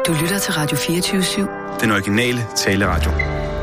Du lytter til Radio 24/7. Den originale taleradio.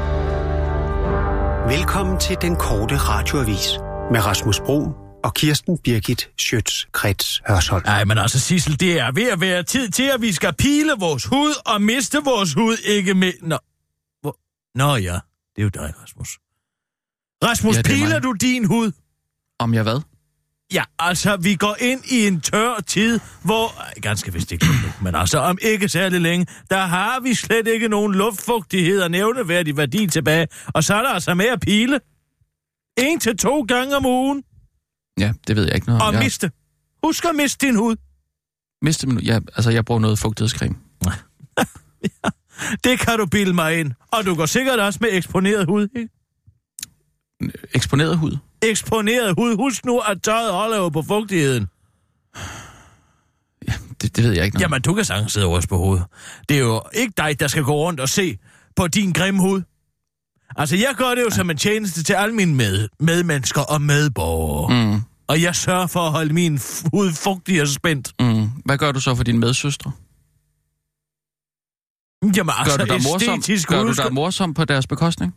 Velkommen til den korte radioavis med Rasmus Bro og Kirsten Birgit Schøtz-Krets Hørsholm. Nej, men altså Sissel, det er ved at være tid til, at vi skal pile vores hud og miste vores hud, ikke med... Nå ja, det er jo dig, Rasmus. Rasmus, ja, piler du din hud? Om jeg hvad? Ja, altså, vi går ind i en tør tid, hvor... Ganske vist ikke nu, men altså om ikke særlig længe, der har vi slet ikke nogen luftfugtighed og nævneværdig værdi tilbage. Og så er der altså med at pile. 1 til 2 gange om ugen. Ja, det ved jeg ikke noget om. Og miste. Husk at miste din hud. Miste min hud? Ja, altså jeg bruger noget fugtighedscreme. Ja, det kan du bilde mig ind. Og du går sikkert også med eksponeret hud, ikke? Eksponeret hud? Eksponeret hud. Husk nu, at tøjet holder jo på fugtigheden. Ja, det ved jeg ikke noget. Jamen, du kan sagtens sidde over på hovedet. Det er jo ikke dig, der skal gå rundt og se på din grimme hud. Altså, jeg gør det jo som en tjeneste til alle mine medmennesker og medborgere. Mm. Og jeg sørger for at holde min hud fugtig og spændt. Mm. Hvad gør du så for dine medsøstre? Jamen, altså, gør du dig morsom på deres bekostning?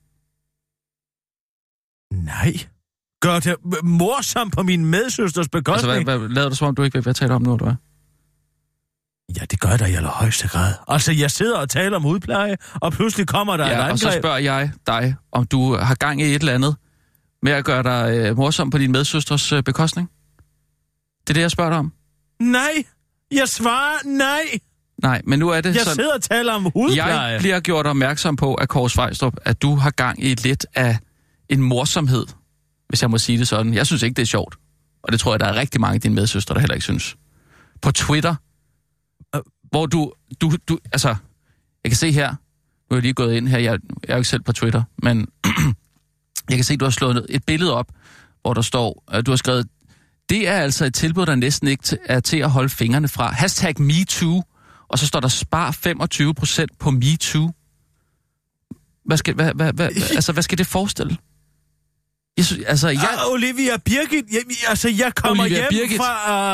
Nej. Gør det morsom på min medsøsters bekostning? Altså, hvad lader du som om, du ikke ved, hvad jeg taler om nu, eller hvad? Ja, det gør der i allerhøjeste grad. Altså, jeg sidder og taler om hudpleje, og pludselig kommer der et angreb. Ja, og så spørger jeg dig, om du har gang i et eller andet med at gøre dig morsom på din medsøsters bekostning? Det er det, jeg spørger dig om. Nej. Jeg svarer nej. Nej, men nu er det sådan... Jeg sidder og taler om hudpleje. Jeg bliver gjort opmærksom på af Kåre Svejstrup, at du har gang i lidt af en morsomhed, hvis jeg må sige det sådan. Jeg synes ikke, det er sjovt. Og det tror jeg, der er rigtig mange af dine medsøstre, der heller ikke synes. På Twitter, hvor du altså, jeg kan se her, nu er jeg lige gået ind her, jeg er jo ikke selv på Twitter, men jeg kan se, du har slået et billede op, hvor der står, du har skrevet, det er altså et tilbud, der næsten ikke er til at holde fingrene fra. #MeToo, og så står der spar 25% på MeToo. Hvad skal det forestille? Olivia Birgit, jeg kommer Olivia hjem Birgit.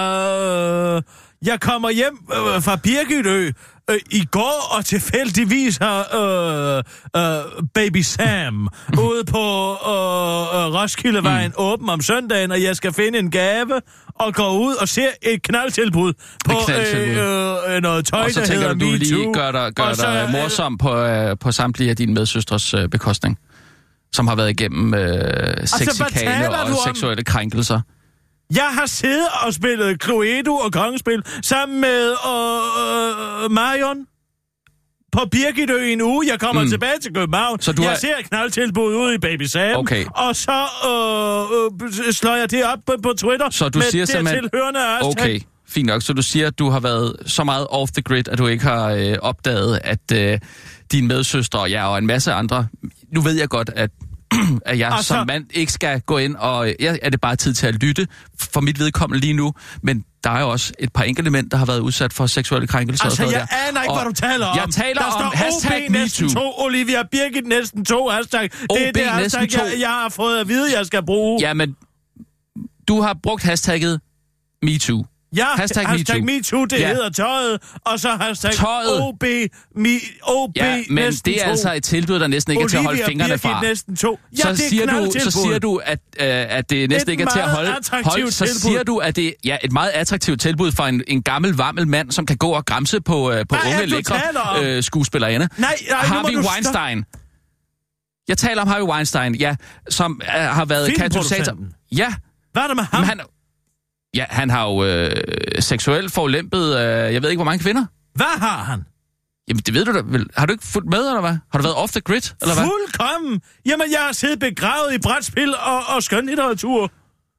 Jeg kommer hjem fra Birgitø i går, og tilfældigvis har Baby Sam ude på Roskildevejen åben om søndagen, og jeg skal finde en gave og gå ud og se et knaldtilbud på noget tøj, og så der hedder MeToo. Og så tænker du lige gør dig morsom på samtlige af dine medsøstres bekostning, som har været igennem sexikane og seksuelle krænkelser. Jeg har siddet og spillet Cluedo og Kongespil sammen med Marion på Birgitø i en uge. Jeg kommer tilbage til København. Jeg ser et knaldtilbud ude i Baby Sam. Okay. Og så slår jeg det op på Twitter. Så du siger simpelthen... Okay, fint nok. Så du siger, at du har været så meget off the grid, at du ikke har opdaget, at dine medsøstre og en masse andre... Nu ved jeg godt, at jeg som mand ikke skal gå ind, og er det bare tid til at lytte for mit vedkommende lige nu, men der er jo også et par enkelte mænd, der har været udsat for seksuelle krænkelser. Altså, jeg aner ikke, hvad du taler om. Jeg taler om #OB næsten 2, Olivia Birgit næsten 2, hashtag. Det er det hashtag, jeg har fået at vide, jeg skal bruge. Jamen, du har brugt hashtagget MeToo. Ja, hashtag MeToo, det hedder tøjet, og så hashtag OB ja, men næsten det er 2. altså et tilbud, der næsten ikke er til at holde fingrene fra. Næsten 2. Ja, så siger du, at det næsten ikke er til at holde. Så siger du, at det er et meget attraktivt tilbud for en gammel, vammel mand, som kan gå og gramse på unge, lækre skuespillerinde. Nej, Harvey Weinstein. Jeg taler om Harvey Weinstein, ja, som har været katalysator. Ja. Hvad er der med ham? Han har jo seksuelt forulempet, jeg ved ikke, hvor mange kvinder. Hvad har han? Jamen, det ved du da vel. Har du ikke fulgt med, eller hvad? Har du været off the grid, eller hvad? Fuldkommen! Jamen, jeg har siddet begravet i brætspil og skønlitteratur.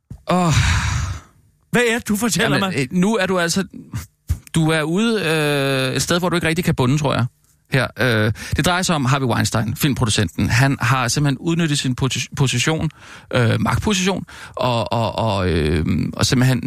Hvad er det, du fortæller mig? Nu er du altså... Du er ude et sted, hvor du ikke rigtig kan bunde, tror jeg. Her. Det drejer sig om Harvey Weinstein, filmproducenten. Han har simpelthen udnyttet sin position, magtposition, og simpelthen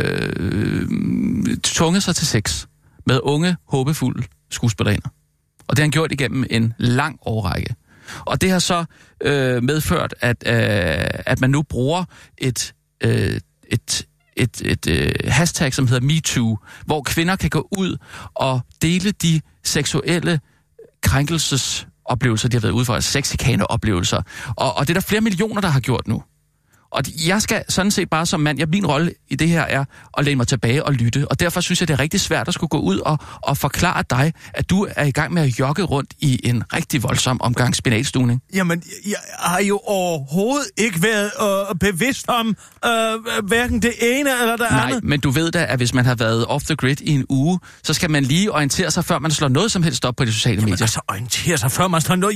tvunget sig til sex med unge, håbefulde skuespillerinder. Og det har han gjort igennem en lang årrække. Og det har så medført, at man nu bruger et hashtag, som hedder MeToo, hvor kvinder kan gå ud og dele de seksuelle krænkelsesoplevelser, de har været ude for, altså sexchikane-oplevelser. Og det er der flere millioner, der har gjort nu. Og jeg skal sådan set bare som mand, min rolle i det her er at læne mig tilbage og lytte. Og derfor synes jeg, det er rigtig svært at skulle gå ud og forklare dig, at du er i gang med at jogge rundt i en rigtig voldsom omgang spinatstuvning. Jamen, jeg har jo overhovedet ikke været bevidst om hverken det ene eller det andet. Nej, men du ved da, at hvis man har været off the grid i en uge, så skal man lige orientere sig, før man slår noget som helst op på de sociale medier. Altså, orientere sig, før man slår noget?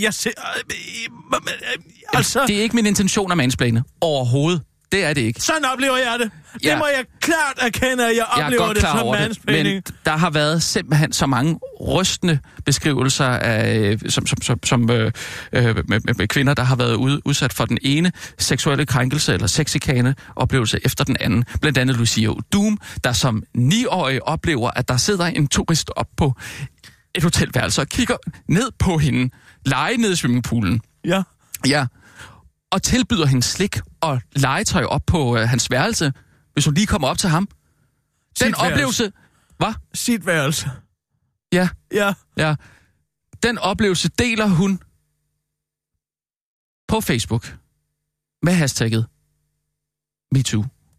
Altså... Det er ikke min intention at mansplane. Overhovedet. Det er det ikke. Sådan oplever jeg det. Ja. Det må jeg klart erkende, at jeg oplever det som mansplaining. Men der har været simpelthen så mange rystende beskrivelser af med kvinder, der har været udsat for den ene seksuelle krænkelse eller sexchikane oplevelse efter den anden. Blandt andet Lucia Doom, der som 9-årig oplever, at der sidder en turist op på et hotelværelse og kigger ned på hende, lege ned i swimmingpoolen. Ja. Ja. Og tilbyder hende slik og legetøj op på hans værelse, hvis hun lige kommer op til ham. Den oplevelse... Hvad? Sit værelse. Ja. Ja. Ja. Den oplevelse deler hun på Facebook med hashtagget MeToo.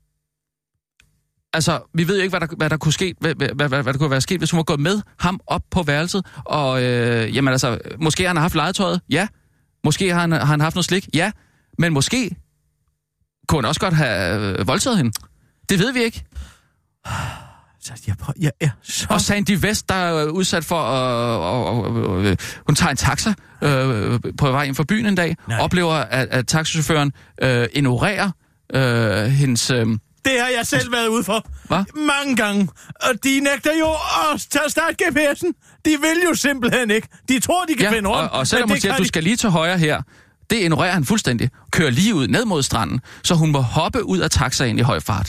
Altså, vi ved jo ikke, hvad der kunne ske, hvad der kunne være sket, hvis hun var gået med ham op på værelset. Og jamen altså, måske har han haft legetøjet, ja. Måske har han haft noget slik, ja. Men måske kunne han også godt have voldtaget hende. Det ved vi ikke. Og Sandy West, der er udsat for hun tager en taxa på vej ind fra byen en dag, oplever, at taxichaufføren ignorerer hendes... Det har jeg selv været ude for. Hva? Mange gange. Og de nægter jo at starte GPS'en. De vil jo simpelthen ikke. De tror, de kan finde rundt. Og selvom hun siger, at du skal lige til højre her, det ignorerer han fuldstændig. Kører lige ud ned mod stranden, så hun må hoppe ud af taxaen i høj fart.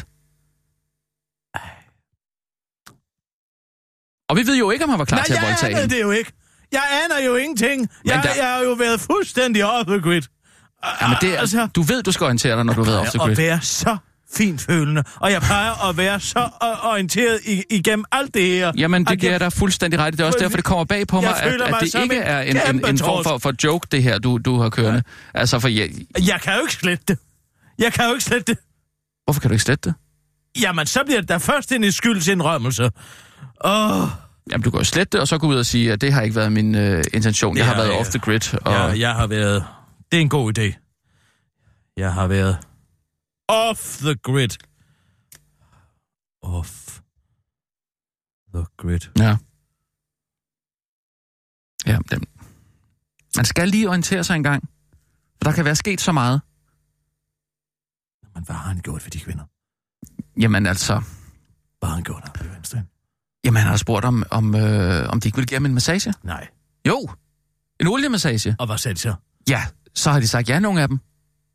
Og vi ved jo ikke, om han var klar til at voldtage hende. Jeg aner det jo ikke. Jeg aner jo ingenting. Jeg har jo været fuldstændig off the grid. Jamen det er, altså, du ved, du skal orientere dig, når du har været off the grid. Og være så fintfølende, og jeg plejer at være så orienteret igennem alt det her. Jamen, det giver dig fuldstændig ret. Det er også derfor, det kommer bag på mig, at det ikke er en form for joke, det her, du har kørende. Ja. Altså, for jeg kan jo ikke slette det. Hvorfor kan du ikke slette det? Jamen, så bliver det da først en skyldsindrømmelse. Jamen, du kan jo slette det, og så gå ud og sige, at det har ikke været min intention. Jeg har været off the grid. Og... Ja, jeg har været... Det er en god idé. Jeg har været... Off the grid. Off the grid. Ja. Ja, man skal lige orientere sig en gang. For der kan være sket så meget. Men hvad har han gjort for de kvinder? Jamen altså... Hvad har han gjort her i Venstre? Jamen han har spurgt om de ikke vil give ham en massage. Nej. Jo, en oliemassage. Og hvad sagde de så? Ja, så har de sagt ja, nogle af dem.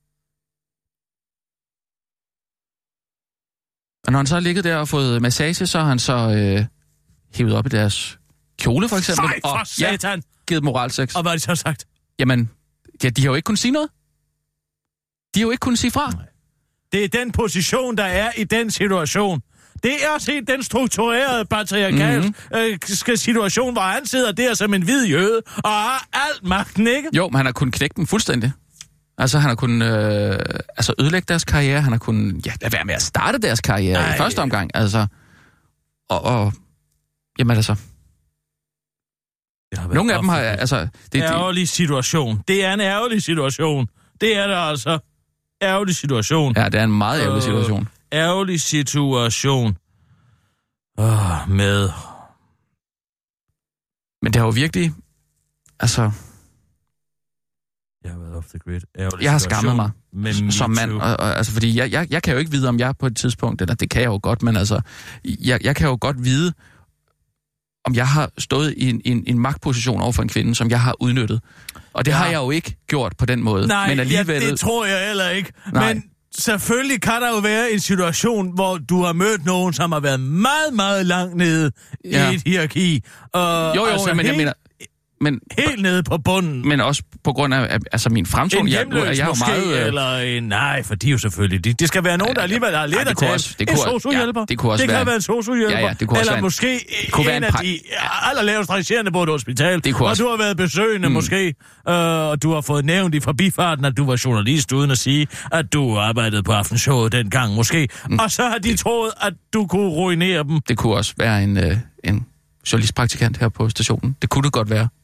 Og når han så har ligget der og fået massage, så har han så hævet op i deres kjole, for eksempel. Sej for satan! Givet moralsex. Og hvad har de så sagt? Jamen, ja, de har jo ikke kunnet sige noget. De har jo ikke kunnet sige fra. Nej. Det er den position, der er i den situation. Det er set den strukturerede patriarkalske situation, hvor han sidder der som en hvid jøde og har alt magten, ikke? Jo, men han har kunnet knække dem fuldstændig. Altså, han har kunnet ødelægge deres karriere. Han har kunnet, lade være med at starte deres karriere i første omgang. Altså, og jamen altså... Nogle af dem har, altså... Ærgerlig situation. Det er en ærgerlig situation. Det er det altså. Ærgerlig situation. Ja, det er en meget ærgerlig situation. Ærgerlig situation. Med... Men det har jo virkelig... Altså... Jeg har været off the grid. Jeg har skammet mig som mand. Altså, fordi jeg kan jo ikke vide, om jeg på et tidspunkt... Eller det kan jeg jo godt, men altså... Jeg kan jo godt vide, om jeg har stået i en magtposition over for en kvinde, som jeg har udnyttet. Og det har jeg jo ikke gjort på den måde. Nej, men alligevel... det tror jeg heller ikke. Nej. Men selvfølgelig kan der jo være en situation, hvor du har mødt nogen, som har været meget, meget langt nede i et hierarki. Jo, altså, men jeg mener... helt nede på bunden. Men også på grund af altså min fremtoning. En hjemløs jeg måske, meget, eller en... Nej, for de er jo selvfølgelig... Det skal være nogen, der alligevel har lidt at tale. En sosu-hjælper. Det kunne også det være... kan være en sosu-hjælper. Ja, det kunne også eller være måske en af de allerlavest rangerende på et hospital. Og også... du har været besøgende måske, og du har fået nævnt i forbifarten, at du var journalist, uden at sige, at du arbejdede på Aftenshowet dengang måske. Og så har de troet, at du kunne ruinere dem. Det kunne også være en journalistpraktikant her på stationen. Det kunne det godt være.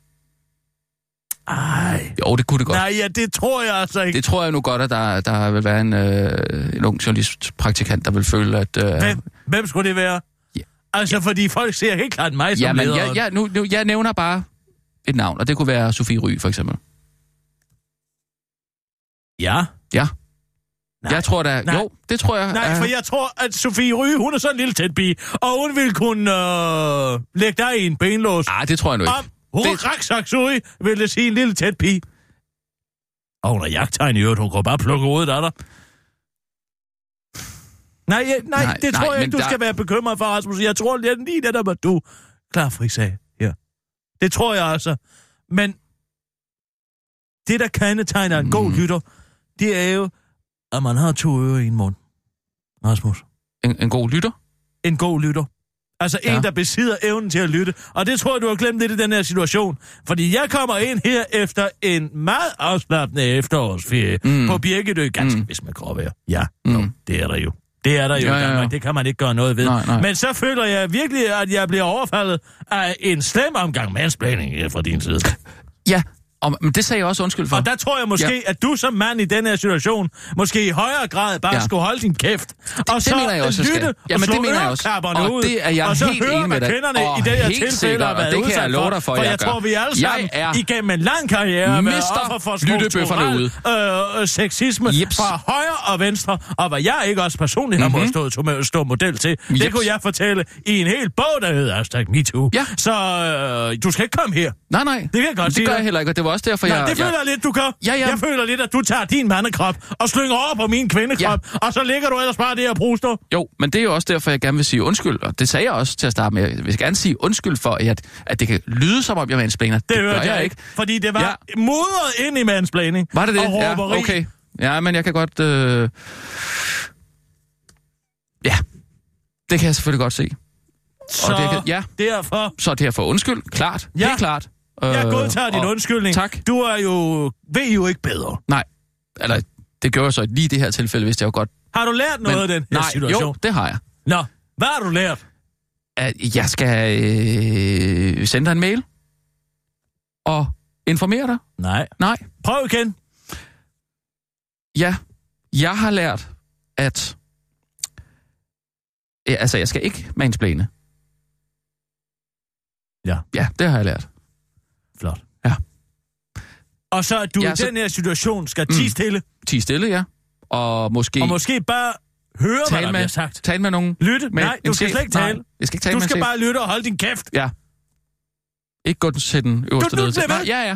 Ej. Jo, det kunne det godt. Nej, ja, det tror jeg altså ikke. Det tror jeg nu godt, at der vil være en ung journalistpraktikant, der vil føle, at... Hvem skulle det være? Ja. Altså, fordi folk ser helt klart mig som lederen. Jeg nævner bare et navn, og det kunne være Sofie Ry, for eksempel. Ja? Ja. Nej. Jeg tror da... Nej. Jo, det tror jeg... Nej, for jeg tror, at Sofie Ry, hun er sådan en lille tæt pige, og hun vil kunne lægge dig i en benlås. Det tror jeg nu ikke. Raksaksui, vil det sige en lille tæt pige. Og hun har jagttegn i øvrigt, hun går bare plukke hovedet af dig. Nej, det tror jeg ikke, du skal være bekymret for, Rasmus. Jeg tror lige det der var du klar frisag her. Det tror jeg altså. Men det, der kendetegner en god lytter, det er jo, at man har 2 ører i en mund. Rasmus. En god lytter? En god lytter. Altså en, der besidder evnen til at lytte. Og det tror jeg, du har glemt lidt i den her situation. Fordi jeg kommer ind her efter en meget afslappende efterårsferie på Birgitø. Ganske hvis man går være. Ja, det er der jo. Det er der jo i Danmark. Det kan man ikke gøre noget ved. Nej. Men så føler jeg virkelig, at jeg bliver overfaldet af en slem omgang mansplaining fra din side. Ja. Men det sagde jeg også undskyld for. Og der tror jeg måske, at du som mand i den her situation, måske i højere grad bare skulle holde din kæft. Og så lytte og slå øreklapperne ud. Det er jeg og så helt enig med dig. kvinderne i det her tilfælde har været udsat for. For jeg tror, vi alle sammen igennem en lang karriere har været offer for strukturel sexisme fra højre og venstre. Og hvad jeg ikke også personligt har måttet stå model til, det kunne jeg fortælle i en hel bog, der hedder #MeToo. Så du skal ikke komme her. Nej. Det kan jeg godt sige. Det gør jeg heller ikke, og det var også derfor, det føler jeg lidt, du gør. Jeg føler lidt, at du tager din mandekrop og slynger over på min kvindekrop, og så ligger du ellers bare der og pruster. Jo, men det er jo også derfor, jeg gerne vil sige undskyld, og det sagde jeg også til at starte med. Jeg vil gerne sige undskyld for, at det kan lyde som om, jeg mansplainer. Det gør jeg ikke. Fordi det var modret ind i mansplaining. Var det det? Og råberi. Ja, okay. Ja, men jeg kan godt... Ja, det kan jeg selvfølgelig godt se. Så derfor... Så derfor undskyld, klart. Ja. Helt klart. Jeg godtager din undskyldning. Tak. Du ved jo ikke bedre. Nej, eller det gør jeg så lige i det her tilfælde, hvis det jo godt. Har du lært noget af den her situation? Jo, det har jeg. Nå, hvad har du lært? At jeg skal sende dig en mail og informere dig. Nej. Prøv igen. Ja, jeg har lært, at jeg skal ikke mansplaine. Ja, det har jeg lært. Flot. Ja. Og så at du i den her situation skal tie stille. Tie stille, ja. Og måske bare høre, hvad der bliver sagt. Tale med nogen. Lytte? Nej, du skal slet ikke tale. Jeg skal ikke tale du med skal bare lytte og holde din kæft. Ja. Ikke gå til den øverste ledelse. Ja.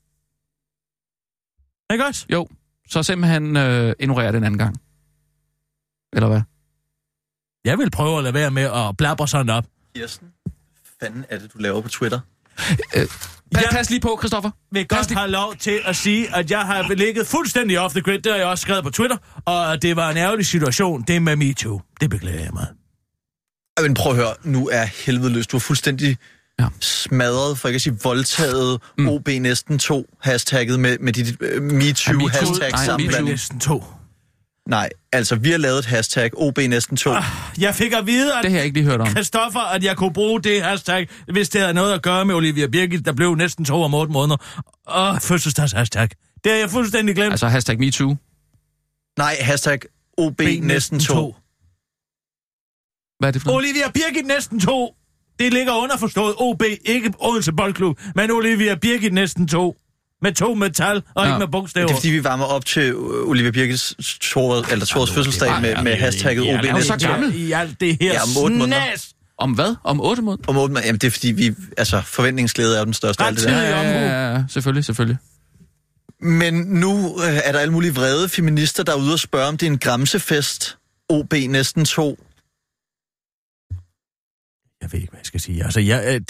Ikke også? Jo. Så simpelthen ignorere den anden gang. Eller hvad? Jeg vil prøve at lade være med at blabbre sådan op. Kirsten, hvad fanden er det, du laver på Twitter? Pas lige på, Christoffer. Vil godt have lov til at sige, at jeg har ligget fuldstændig off the grid. Det har jeg også skrevet på Twitter. Og det var en ærgerlig situation. Det med MeToo. Det beklager jeg mig. Men prøv at høre. Nu er helvede løs. Du er fuldstændig smadret, for ikke at sige voldtaget, OB næsten 2 hashtagget med dit MeToo hashtag sammen. Nej, næsten 2. Nej, altså vi har lavet et hashtag OB næsten 2. Jeg fik at vide, at det har jeg ikke lige hørt om. Christoffer, at jeg kunne bruge det hashtag, hvis det havde noget at gøre med Olivia Birgit, der blev næsten 2 om 8 måneder. Fødselsdags hashtag. Det har jeg fuldstændig glemt. Altså hashtag MeToo? Nej, hashtag OB næsten 2. Hvad er det for noget? Olivia Birgit næsten 2. Det ligger underforstået OB, ikke Odense Boldklub, men Olivia Birgit næsten 2. Med 2 metal og ikke med bogstaver. Det er fordi, vi varmer op til Olivia Birgits Thors fødselsdag med hashtagget OB næsten 2. I alt det her snas. Om hvad? Om 8 måneder? Om 8 måneder. Jamen, det er fordi, vi... Altså, forventningsglæde er jo den største af alt det der. Ja, selvfølgelig. Men nu er der alle mulige vrede feminister, der er ude og spørge, om det er en gramsefest. OB næsten 2. Jeg ved ikke, hvad jeg skal sige. Altså,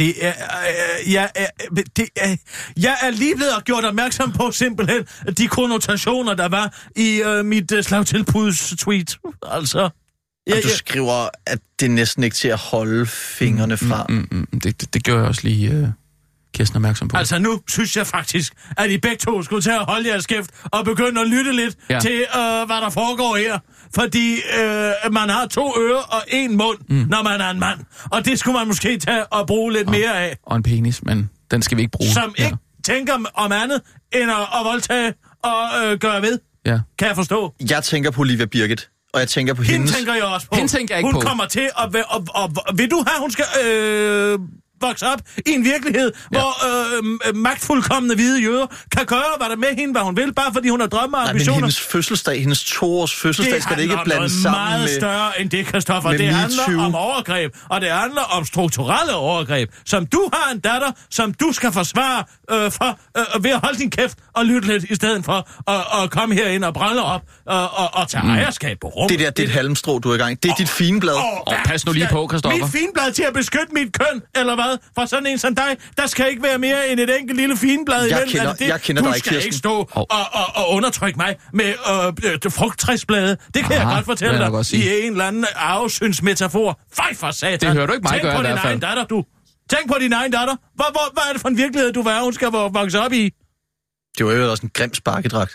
jeg er lige blevet gjort opmærksom på simpelthen de konnotationer, der var i mit slagtilbuds-tweet. Altså... Og du skriver, at det er næsten ikke til at holde fingrene fra. Det gør jeg også lige Kirsten opmærksom på. Altså nu synes jeg faktisk, at I begge to skulle tage og holde jeres kæft og begynde at lytte lidt til, hvad der foregår her. Fordi man har 2 ører og 1 mund, når man er en mand. Og det skulle man måske tage og bruge lidt mere af. Og en penis, men den skal vi ikke bruge. Som ikke tænker om andet end at voldtage og gøre ved. Ja. Kan jeg forstå? Jeg tænker på Olivia Birgit. Og jeg tænker på hendes... Hende tænker jeg også på. Hende tænker jeg ikke hun kommer til at... vil du have, hun skal vokse op i en virkelighed, hvor magtfuldkommende hvide jøder kan gøre, hvad der med hende, hvad hun vil, bare fordi hun har drømme og ambitioner? Men hendes fødselsdag, hendes 2-års fødselsdag, skal det ikke blandes sammen med... Det er meget større end det, Christoffer. Det handler om overgreb, og det handler om strukturelle overgreb, som du har en datter, som du skal forsvare ved at holde din kæft og lytte lidt, i stedet for at komme herind og brænde op og tage ejerskab på rummet. Det er et halmstrå, du er i gang. Det er dit fineblad. Pas nu lige på, Christoffer. Mit fineblad til at beskytte mit køn, eller hvad? For sådan en som dig, der skal ikke være mere end et enkelt lille fineblad imellem. Jeg kender dig ikke, Kirsten. Du skal ikke stå og undertrykke mig med frugttræsblade. Det kan jeg godt fortælle dig i en eller anden arvesynsmetafor. Fej for satan. Det hører du ikke mig gøre i hvert fald. Tænk på din egen datter, du. Tænk på din egen datter. Hvad er det for en virkelighed, du hun skal vokse op i? Det var jo også en grim sparkedragt.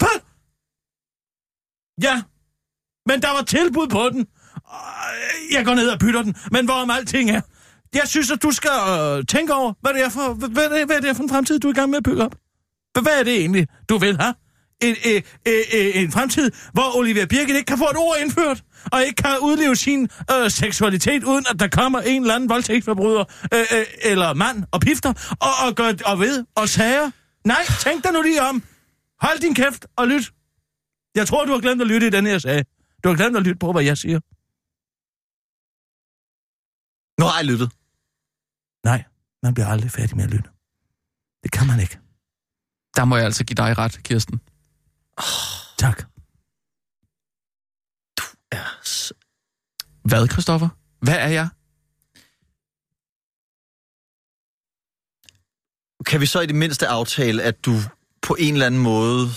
Ja, men der var tilbud på den. Jeg går ned og bytter den, men hvorom alting er. Jeg synes, at du skal tænke over, hvad det er for en fremtid, du er i gang med at bygge op. Hvad er det egentlig, du vil have? En fremtid, hvor Olivia Birgit ikke kan få et ord indført, og ikke kan udleve sin seksualitet, uden at der kommer en eller anden voldtægtsforbryder, eller mand og pifter, og gør og ved og sager. Nej, tænk dig nu lige om. Hold din kæft og lyt. Jeg tror, du har glemt at lytte i den her sag. Du har glemt at lytte på, hvad jeg siger. Nu har jeg lyttet. Nej, man bliver aldrig færdig med at lytte. Det kan man ikke. Der må jeg altså give dig ret, Kirsten. Tak. Du er... Hvad, Christoffer? Hvad er jeg? Kan vi så i det mindste aftale, at du på en eller anden måde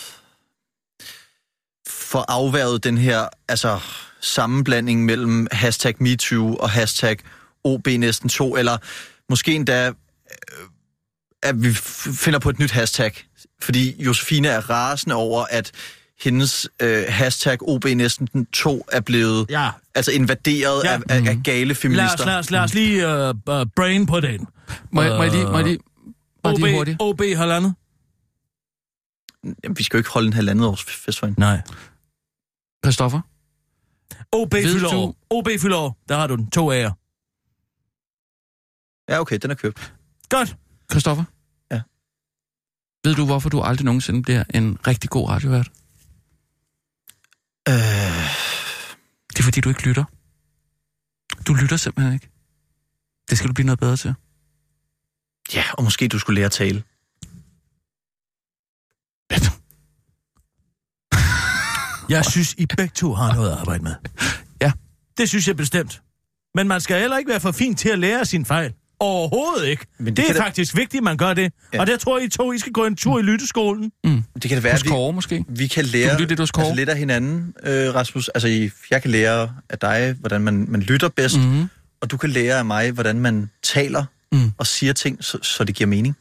får afværget den her sammenblanding mellem #MeToo og #OB_næsten2, eller måske endda, at vi finder på et nyt hashtag, fordi Josefine er rasende over, at hendes #OB_næsten2 er blevet invaderet af gale feminister. Lad os lige brain på den. Må jeg lige hurtigt? OB halvandet? Jamen, vi skal jo ikke holde en 1,5 års festival. Nej. Christoffer? OB fylder år. Der har du den. 2 A'er. Ja, okay, den er købt. Godt. Christoffer? Ja. Ved du, hvorfor du aldrig nogensinde bliver en rigtig god radiovært? Det er, fordi du ikke lytter. Du lytter simpelthen ikke. Det skal du blive noget bedre til. Ja, og måske du skulle lære at tale. Jeg synes, I begge to har noget at arbejde med. Ja. Det synes jeg bestemt. Men man skal heller ikke være for fin til at lære sin fejl. Overhovedet ikke. Men det er faktisk vigtigt, at man gør det. Ja. Og der tror I skal gå en tur i lytteskolen. Det kan det være, hos Kåre, måske. Vi kan lære lidt af hinanden, Rasmus. Jeg kan lære af dig, hvordan man lytter bedst. Og du kan lære af mig, hvordan man taler og siger ting, så det giver mening.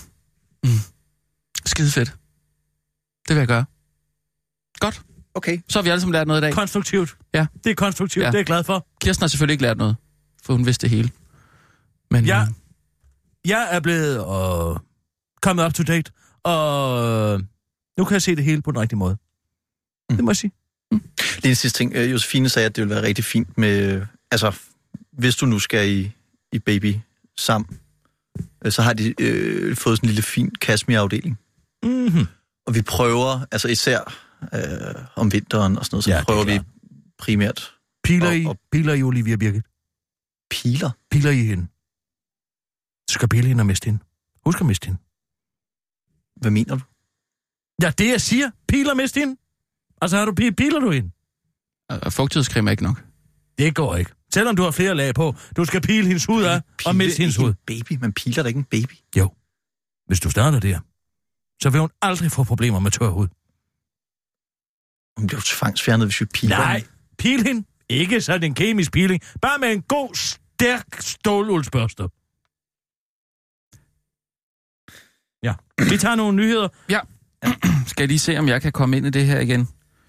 Skide fedt. Det vil jeg gøre. Godt. Okay. Så har vi alle sammen lært noget i dag. Konstruktivt. Ja. Det er konstruktivt, det er jeg glad for. Kirsten har selvfølgelig ikke lært noget, for hun vidste det hele. Men jeg er blevet kommet up to date, og nu kan jeg se det hele på den rigtige måde. Det må jeg sige. Lige en sidste ting. Josefine sagde, at det ville være rigtig fint med... hvis du nu skal i baby sammen, så har de fået sådan en lille fin Kashmir-afdeling. Og vi prøver, især om vinteren og sådan noget, så prøver vi primært... Piler i Olivia Birgit. Piler? Piler i hende. Du skal pille hende og miste hende. Husk at miste hende. Hvad mener du? Ja, det jeg siger. Piler og miste hende. Altså, piler du hende? Fugtighedscreme er ikke nok. Det går ikke. Selvom du har flere lag på. Du skal pile hendes hud af og miste hendes hud. Baby, man piler da ikke en baby. Jo. Hvis du starter der, så vil hun aldrig få problemer med tør hud. Hun bliver tvangsfjernet, hvis vi piler. Nej, pil hende. Ikke sådan en kemisk piling. Bare med en god, stærk ståluldsbørster. Ja, vi tager nogle nyheder. Ja. Skal jeg lige se, om jeg kan komme ind i det her igen?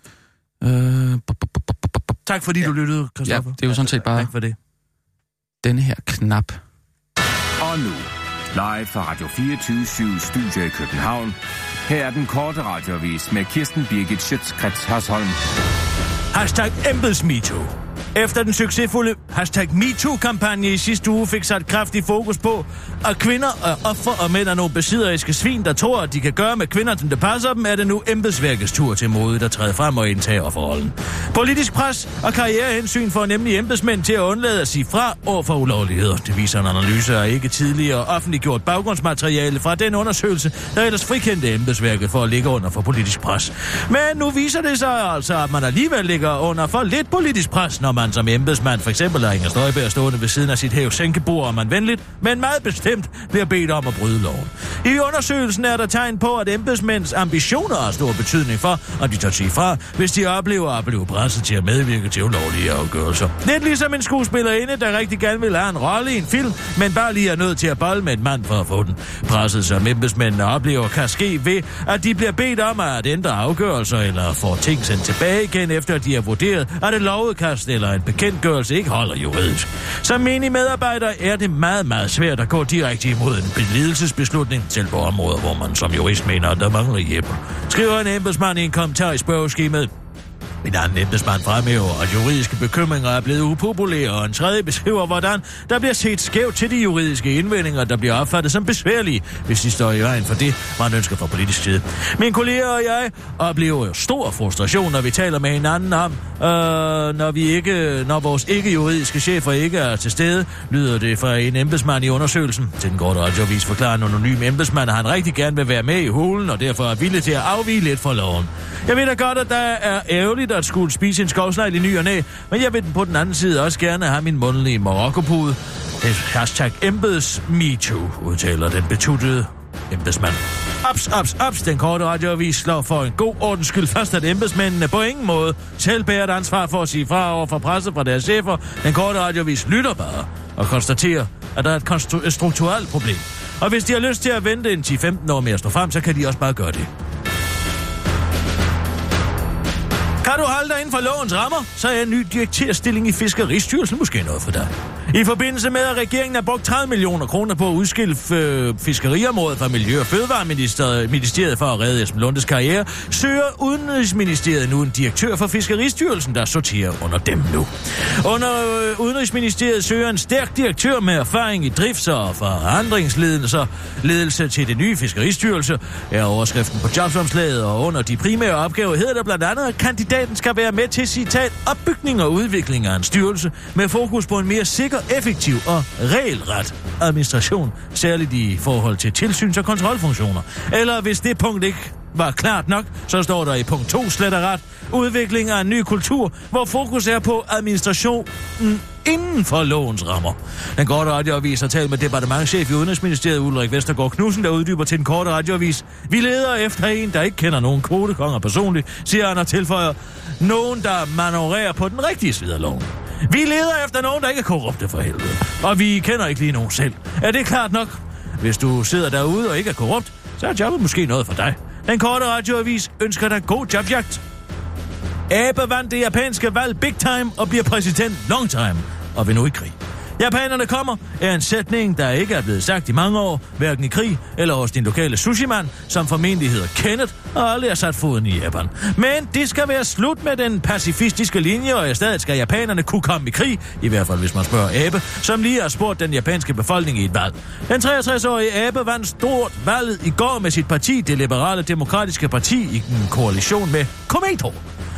Tak fordi du lyttede, Christoffer. Ja, det er jo sådan set bare tak for det. Denne her knap. Og nu, live fra Radio 24/7 Studio i København. Her er den korte radioavis med Kirsten Birgit Schøtz-Krets Hørsholm. #embedsmetoo. Efter den succesfulde #MeToo-kampagne i sidste uge fik sat kraftig fokus på, at kvinder er offer og mænd er nogle besidderiske svin, der tror, at de kan gøre med kvinder, som det passer dem, er det nu embedsværkets tur til mode, der træder frem og indtager offerrollen. Politisk pres og karrierehensyn får nemlig embedsmænd til at undlade at sige fra over for ulovligheder. Det viser en analyse af ikke tidligere offentliggjort baggrundsmateriale fra den undersøgelse, der ellers frikendte embedsværket for at ligge under for politisk pres. Men nu viser det sig altså, at man alligevel ligger under for lidt politisk pres, når man som embedsmand for eksempel er Inger Støjberg stående ved siden af sit hæve-sænkebord, og man venligt, men meget bestemt bliver bedt om at bryde loven. I undersøgelsen er der tegn på, at embedsmænds ambitioner har stor betydning for, og de tør sige fra, hvis de oplever at blive presset til at medvirke til ulovlige afgørelser. Lidt ligesom en skuespillerinde, der rigtig gerne vil have en rolle i en film, men bare lige er nødt til at bolle med en mand for at få den. Presset, som embedsmændene oplever, kan ske ved, at de bliver bedt om at ændre afgørelser eller få ting sendt tilbage igen, efter at de har vurderet, at et lovudkast eller en bekendtgørelse ikke holder juridisk. Som menig medarbejder er det meget, meget svært at gå direkte imod en ledelsesbeslutning, selv på områder, hvor man som jurist mener, at der mangler hjælp. Skriver en embedsmand i en kommentar i spørgeskemaet. En anden embedsmand fremhæver, at juridiske bekymringer er blevet upopulære, og en tredje beskriver, hvordan der bliver set skævt til de juridiske indvendinger, der bliver opfattet som besværlige, hvis de står i vejen for det, man ønsker fra politisk side. Mine kolleger og jeg oplever stor frustration, når vi taler med hinanden om, når vores ikke-juridiske chefer ikke er til stede, lyder det fra en embedsmand i undersøgelsen. Til den korte radioavis forklarer en anonym embedsmand, at han rigtig gerne vil være med i hulen, og derfor er villig til at afvige lidt fra loven. Jeg ved da godt, at der er ærgerligt at skulle spise en skovsnegl i ny og næ, men jeg vil på den anden side også gerne have min mundlige marokkopude. #embedsmetoo, udtaler den betuttede embedsmand. Ops, den korte radioavis slår for en god ordens skyld fast, at embedsmændene på ingen måde selv bærer et ansvar for at sige fra over for presse fra deres chefer. Den korte radioavis lytter bare og konstaterer, at der er et strukturelt problem. Og hvis de har lyst til at vente en 10-15 år med at stå frem, så kan de også bare gøre det. Kan du holde dig inden for lovens rammer, så er en ny direktørstilling i Fiskeristyrelsen måske noget for dig. I forbindelse med, at regeringen har brugt 30 millioner kroner på at udskille fiskeriområdet fra Miljø- og Fødevareministeriet for at redde Esben Lundes karriere, søger Udenrigsministeriet nu en direktør for Fiskeristyrelsen, der sorterer under dem nu. Udenrigsministeriet søger en stærk direktør med erfaring i drifts- og forandringsledelse til det nye Fiskeristyrelse, er overskriften på jobsomslaget, og under de primære opgaver hedder der blandt andet, at kandidaten skal være med til citat opbygning og udvikling af en styrelse med fokus på en mere sikker, effektiv og regelret administration, særligt i forhold til tilsyns- og kontrolfunktioner. Eller hvis det punkt ikke var klart nok, så står der i punkt 2 slet og ret udvikling af en ny kultur, hvor fokus er på administrationen inden for lovens rammer. Den korte radioavis har talt med departementschef i Udenrigsministeriet Ulrik Vestergaard Knudsen, der uddyber til den korte radioavis. Vi leder efter en, der ikke kender nogen kvotekonger personligt, siger han og tilføjer, nogen, der manøvrerer på den rigtige side af loven. Vi leder efter nogen, der ikke er korrupte for helvede. Og vi kender ikke lige nogen selv. Er det klart nok? Hvis du sidder derude og ikke er korrupt, så er jobbet måske noget for dig. Den korte radioavis ønsker dig god jobjagt. Abe vandt det japanske valg big time og bliver præsident long time. Og vil nu i krig. Japanerne kommer er en sætning, der ikke er blevet sagt i mange år, hverken i krig eller hos din lokale sushi-mand, som formentlig hedder Kenneth og aldrig har sat foden i Japan. Men det skal være slut med den pacifistiske linje, og i stedet skal japanerne kunne komme i krig, i hvert fald hvis man spørger Abe, som lige har spurgt den japanske befolkning i et valg. Den 63-årige Abe vandt stort valget i går med sit parti, det liberale demokratiske parti, i en koalition med Komeito.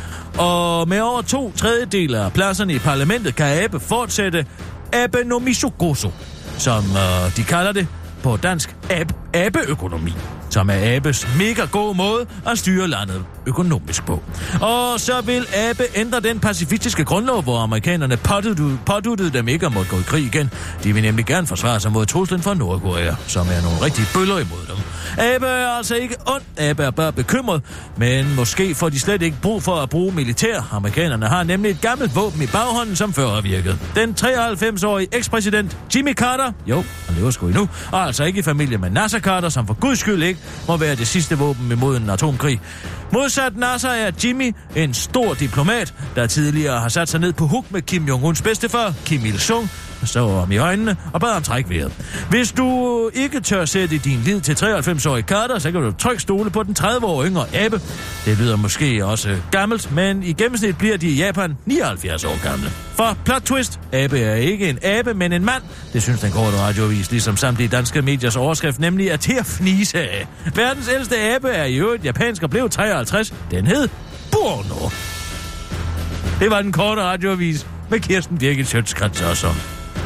Og med over 2/3 af pladserne i parlamentet kan Abe fortsætte Abenomisogoso, som de kalder det på dansk, abeøkonomi, som er Abes mega god måde at styre landet økonomisk på. Og så vil Abe ændre den pacifistiske grundlov, hvor amerikanerne påduttede dem ikke at måtte gå i krig igen. De vil nemlig gerne forsvare sig mod truslen fra Nordkorea, som er nogle rigtige bøller imod dem. Abe er altså ikke ondt, Abe er bare bekymret, men måske får de slet ikke brug for at bruge militær. Amerikanerne har nemlig et gammelt våben i baghånden, som før har virket. Den 93-årige ekspræsident Jimmy Carter, han lever sgu endnu, og altså ikke i familie med Nasser Carter, som for guds skyld ikke må være det sidste våben imod en atomkrig. Modsat Nasser er Jimmy en stor diplomat, der tidligere har sat sig ned på huk med Kim Jong-uns bedstefar, Kim Il-sung, så ham i øjnene og bad ham trække vejret. Hvis du ikke tør sætte din lid til 93-årige Carter, så kan du trygt stole på den 30-årige yngre Abe. Det lyder måske også gammelt, men i gennemsnit bliver de i Japan 79 år gamle. For plot twist, Abe er ikke en abe, men en mand. Det synes den korte radioavis, ligesom samtlige danske mediers overskrift, nemlig er til at fnise af. Verdens ældste abe er i øvrigt japansk og blev 53. Den hed Burno. Det var den korte radioavis med Kirsten Birgit Schøtz-Krets og sådan.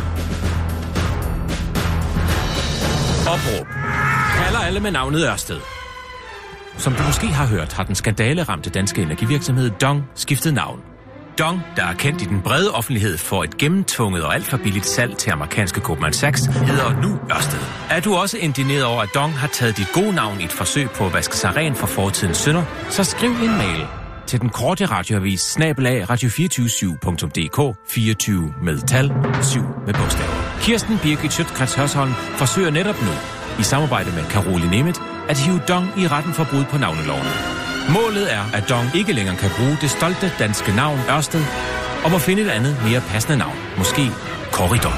Opråb. Kalder alle med navnet Ørsted. Som du måske har hørt, har den skandaleramte danske energivirksomhed DONG skiftet navn. DONG, der er kendt i den brede offentlighed for et gennemtvunget og alt for billigt salg til amerikanske Goldman Sachs, hedder nu Ørsted. Er du også indigneret over, at DONG har taget dit gode navn i et forsøg på at vaske sig ren for fortidens synder, så skriv en mail til den korte radioavis @radio247.dk 24 med tal, 7 med bogstaver. Kirsten Birgit Schøtz-Krets Hørsholm forsøger netop nu, i samarbejde med Caroline Nemeth, at hive DONG i retten for brud på navneloven. Målet er, at DONG ikke længere kan bruge det stolte danske navn Ørsted, og må finde et andet, mere passende navn. Måske Corridor.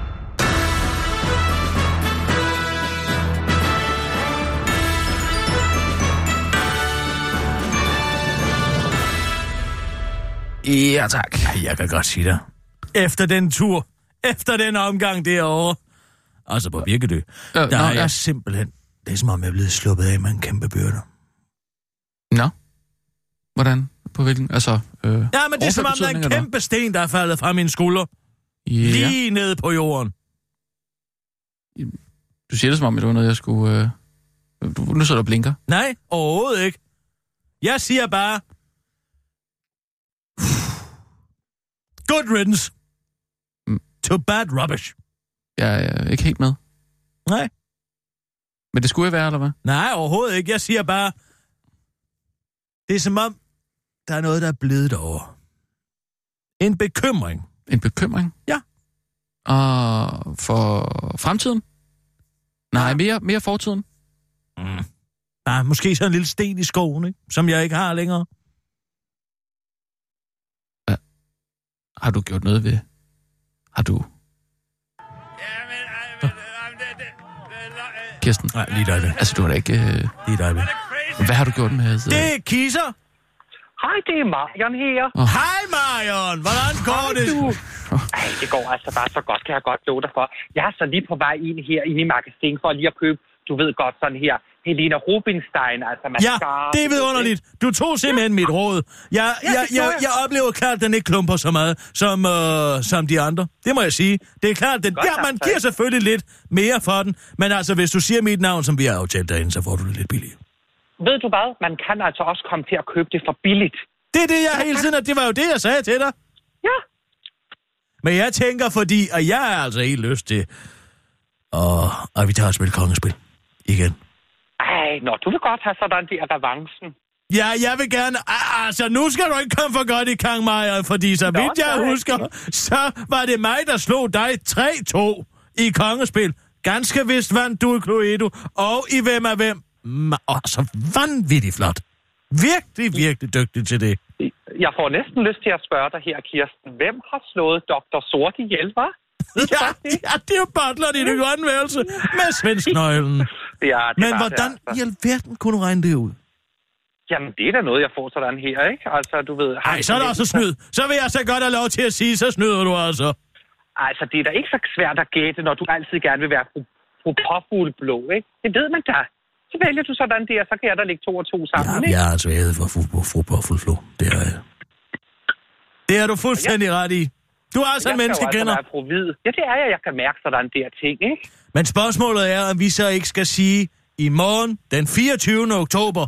Ja, tak. Jeg kan godt sige dig. Efter den tur, efter den omgang derovre, altså på Birkedø, der er jeg simpelthen, det er som om jeg er blevet sluppet af med en kæmpe byrde. Nå? Hvordan? På hvilken? Altså, ja, men det er som om, der er en kæmpe sten, der er faldet fra mine skuldre. Ja. Lige nede på jorden. Du siger det som om, det var noget, jeg skulle... Nu så der blinker. Nej, overhovedet ikke. Jeg siger bare... Good riddance. To bad rubbish. Jeg er ikke helt med. Nej. Men det skulle jeg være, eller hvad? Nej, overhovedet ikke. Jeg siger bare... Det er som om, der er noget, der er blevet derovre. En bekymring. En bekymring? Ja. Og for fremtiden? Nej, mere fortiden? Nej, måske sådan en lille sten i skoven, ikke? Som jeg ikke har længere. Har du gjort noget ved? Har du... Kirsten? Nej, lige dig. Altså, du har da ikke... Lige dig. Hvad har du gjort med? Det er Kisser. Hej, det er Marion her. Hej, Marion. Hvordan går det? Ej, det går altså bare så godt, kan jeg godt love dig for. Jeg er så lige på vej ind her i magasin for lige at købe, du ved godt, sådan her, Helena Rubinstein, altså mascara. Ja, det er vidunderligt. Du tog simpelthen mit råd. Jeg oplever klart, at den ikke klumper så meget som de andre. Det må jeg sige. Det er klart, man giver selvfølgelig lidt mere for den, men altså, hvis du siger mit navn, som vi har aftalt derinde, så får du det lidt billigere. Ved du hvad? Man kan altså også komme til at købe det for billigt. Det er det, jeg hele tiden, det var jo det, jeg sagde til dig. Ja. Men jeg tænker, fordi, og jeg er altså helt lyst til, og vi tager et spil kongespil igen. Ej, du vil godt have sådan der revancen. Ja, jeg vil gerne... Altså, nu skal du ikke komme for godt i gang, Maja, fordi så vidt jeg husker, så var det mig, der slog dig 3-2 i kongespil. Ganske vist vandt du i Cluedo, og i Hvem er Hvem. Så vanvittigt flot. Virkelig dygtig til det. Jeg får næsten lyst til at spørge dig her, Kirsten. Hvem har slået Dr. Sort ihjel, hva'? Ja, det er jo butleren i det grønne værelse med svensknøglen. Ja, men hvordan i alverden kunne du regne det ud? Jamen, det er da noget, jeg får sådan her, ikke? Altså, du ved... Nej, så er der også snyd. Så vil jeg så godt have lov til at sige, så snyder du altså. Altså, det er da ikke så svært at gætte, når du altid gerne vil være fru Påfuglblå, ikke? Det ved man da. Så vælger du sådan der, så kan jeg da lægge 2 og 2 sammen, ikke? Jeg er altså ædet for fru Påfuglblå. Det er jeg. Det er du fuldstændig ret i. Du er altså en menneskekender. Ja, det er jeg. Jeg kan mærke sådan der ting, ikke? Men spørgsmålet er, om vi så ikke skal sige, i morgen, den 24. oktober,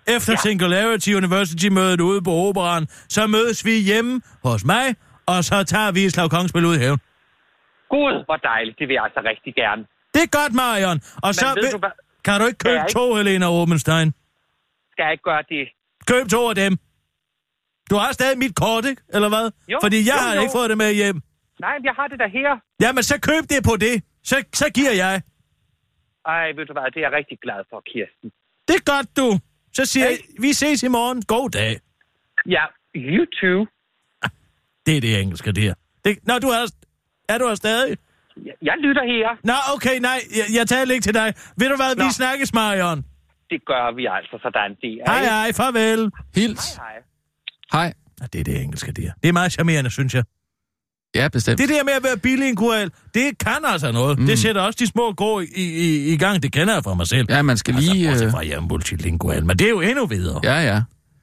efter Singularity University-mødet ude på Operan, så mødes vi hjemme hos mig, og så tager vi et slag kongespil ud i haven. Gud, hvor dejligt. Det vil jeg altså rigtig gerne. Det er godt, Marion. Og men så kan du ikke købe to, Helena Rubenstein? Skal jeg ikke gøre det? Køb 2 af dem. Du har stadig mit kort, ikke? Eller hvad? Jo, fordi jeg har ikke fået det med hjem. Nej, jeg har det der her. Jamen, så køb det på det. Så giver jeg. Ej, ved du hvad, det er jeg rigtig glad for, Kirsten. Det er godt, du. Så siger jeg, vi ses i morgen. God dag. Ja, you too. Det er det engelske, det her. Nå, er du her stadig? Jeg lytter her. Nå, okay, nej, jeg taler ikke til dig. Ved du hvad, vi snakkes, Marion. Det gør vi altså, sådan det er. Hej, farvel. Hils. Hej. Ja, det er det engelske, det her. Det er meget charmerende, synes jeg. Ja, bestemt. Det der med at være billig i en kural, det kan altså noget. Det sætter også de små går i gang. Det kender jeg fra mig selv. Ja, man skal lige... Altså, fra jeg er multilingual, men det er jo endnu videre. Ja.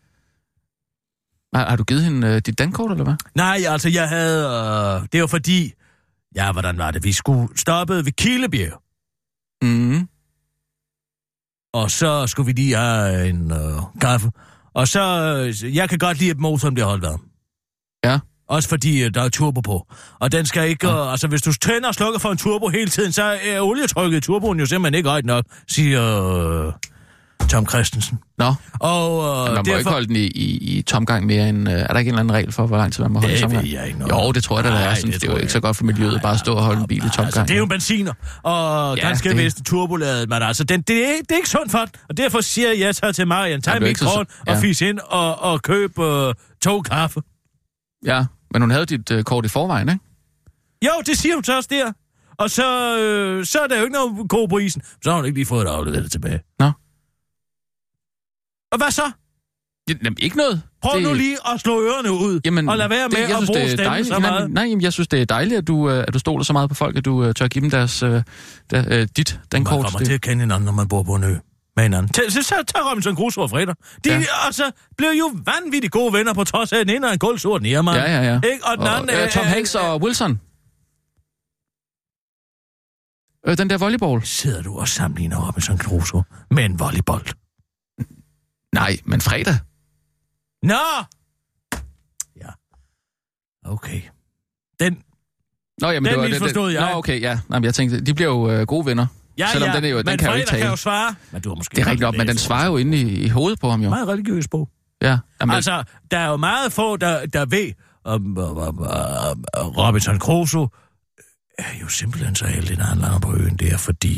Har du givet hende dit dankort, eller hvad? Nej, altså, jeg havde... det var fordi... Ja, hvordan var det? Vi skulle stoppe ved Kilebjerg. Mhm. Og så skulle vi lige have en kaffe. Og så... jeg kan godt lide, at motoren bliver holdt varm. Ja. Også fordi der er turbo på. Og den skal ikke... altså, hvis du tænder og slukker for en turbo hele tiden, så er olietrykket i turboen jo simpelthen ikke højt nok, siger Tom Christensen. Nå. Og man må derfor... ikke holde den i tomgang mere end... er der ikke en eller anden regel for, hvor lang tid man må holde tomgang? Det ved jeg ikke noget. Jo, det tror jeg, der er. Sådan, det er jo ikke så godt for miljøet bare at stå og holde en bil i tomgang. Altså, det er jo benziner, og ganske vist turboladet, men altså, det er ikke sundt for den. Og derfor siger jeg så til Marian, tag mit kort og fis ind og køb 2 kaffe. Ja, men hun havde dit kort i forvejen, ikke? Jo, det siger hun så også der. Og så er der jo ikke noget god på isen. Så har hun ikke lige fået det afleveret tilbage. Nå. Og hvad så? Jamen, ikke noget. Prøv nu lige at slå ørerne ud, og lad være med at bruge stemmen så meget. Nej, jeg synes, det er dejligt, at du stoler så meget på folk, at du tør give dem deres dit dankort. Man kommer til at kende hinanden, når man bor på en ø. Med hinanden. Så tager Robinson Crusoe og Freder. De altså, blev jo vanvittigt gode venner, på trods af, at den ene er en guldsort nærmere. Ja. Ikke? Og den anden Tom Hanks og Wilson. Den der volleyball. Sidder du og sammenligner Robinson Crusoe med en volleyball? Nej, men fredag. Nå! Ja. Okay. Nå, jamen, den misforstod jeg. Nå, okay, ja. Nej, men jeg tænkte, de bliver jo gode venner. Ja, selvom den er jo, den kan jo ikke tale. Kan jo svare. Men du har måske det er rigtigt op, men den svarer jo inde i hovedet på ham jo. Meget religiøs bog. Ja. Jamen, altså, der er jo meget få, der ved, Robinson Crusoe er jo simpelthen så heldig, når han lander på øen der, fordi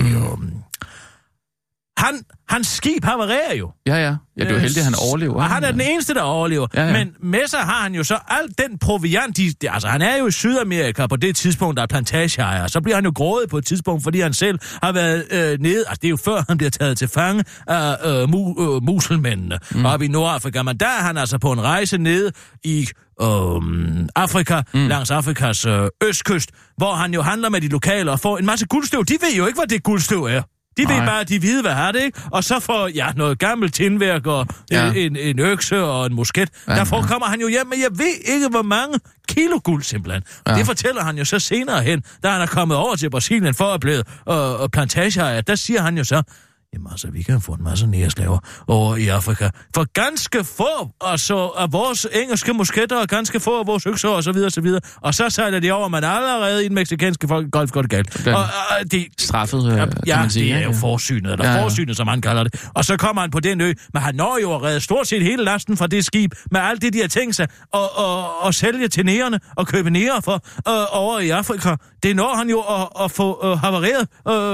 hans skib havarerer jo. Ja, det er jo heldigt, at han overlever. Og han er den eneste, der overlever. Ja. Men med sig har han jo så alt den proviant. Altså, han er jo i Sydamerika på det tidspunkt, der er plantageejer. Så bliver han jo grådet på et tidspunkt, fordi han selv har været nede. Altså, det er jo før, han bliver taget til fange af muselmændene oppe i Nordafrika. Men der er han altså på en rejse ned i Afrika, langs Afrikas østkyst, hvor han jo handler med de lokale og får en masse guldstøv. De ved jo ikke, hvad det guldstøv er. De ved bare, at de ved, hvad har det, ikke? Og så får noget gammelt tindværk og en økse og en musket. Derfor kommer han jo hjem, men jeg ved ikke, hvor mange kilo guld simpelthen. Og det fortæller han jo så senere hen, da han er kommet over til Brasilien for at blive plantageejer. Der siger han jo så, jamen altså, vi kan få en masse næreslaver over i Afrika. For ganske få af vores engelske musketter, og ganske få af vores økser, og så videre, og så videre. Og så sejler de over, man allerede i den mexikanske golf går det galt. Og det straffet, kan man sige. Det er jo forsynet, eller forsynet, som han kalder det. Og så kommer han på den ø, men han når jo at redde stort set hele lasten fra det skib, med alt det, de har tænkt sig, og sælge til nærerne, og købe nære for over i Afrika. Det når han jo at få havareret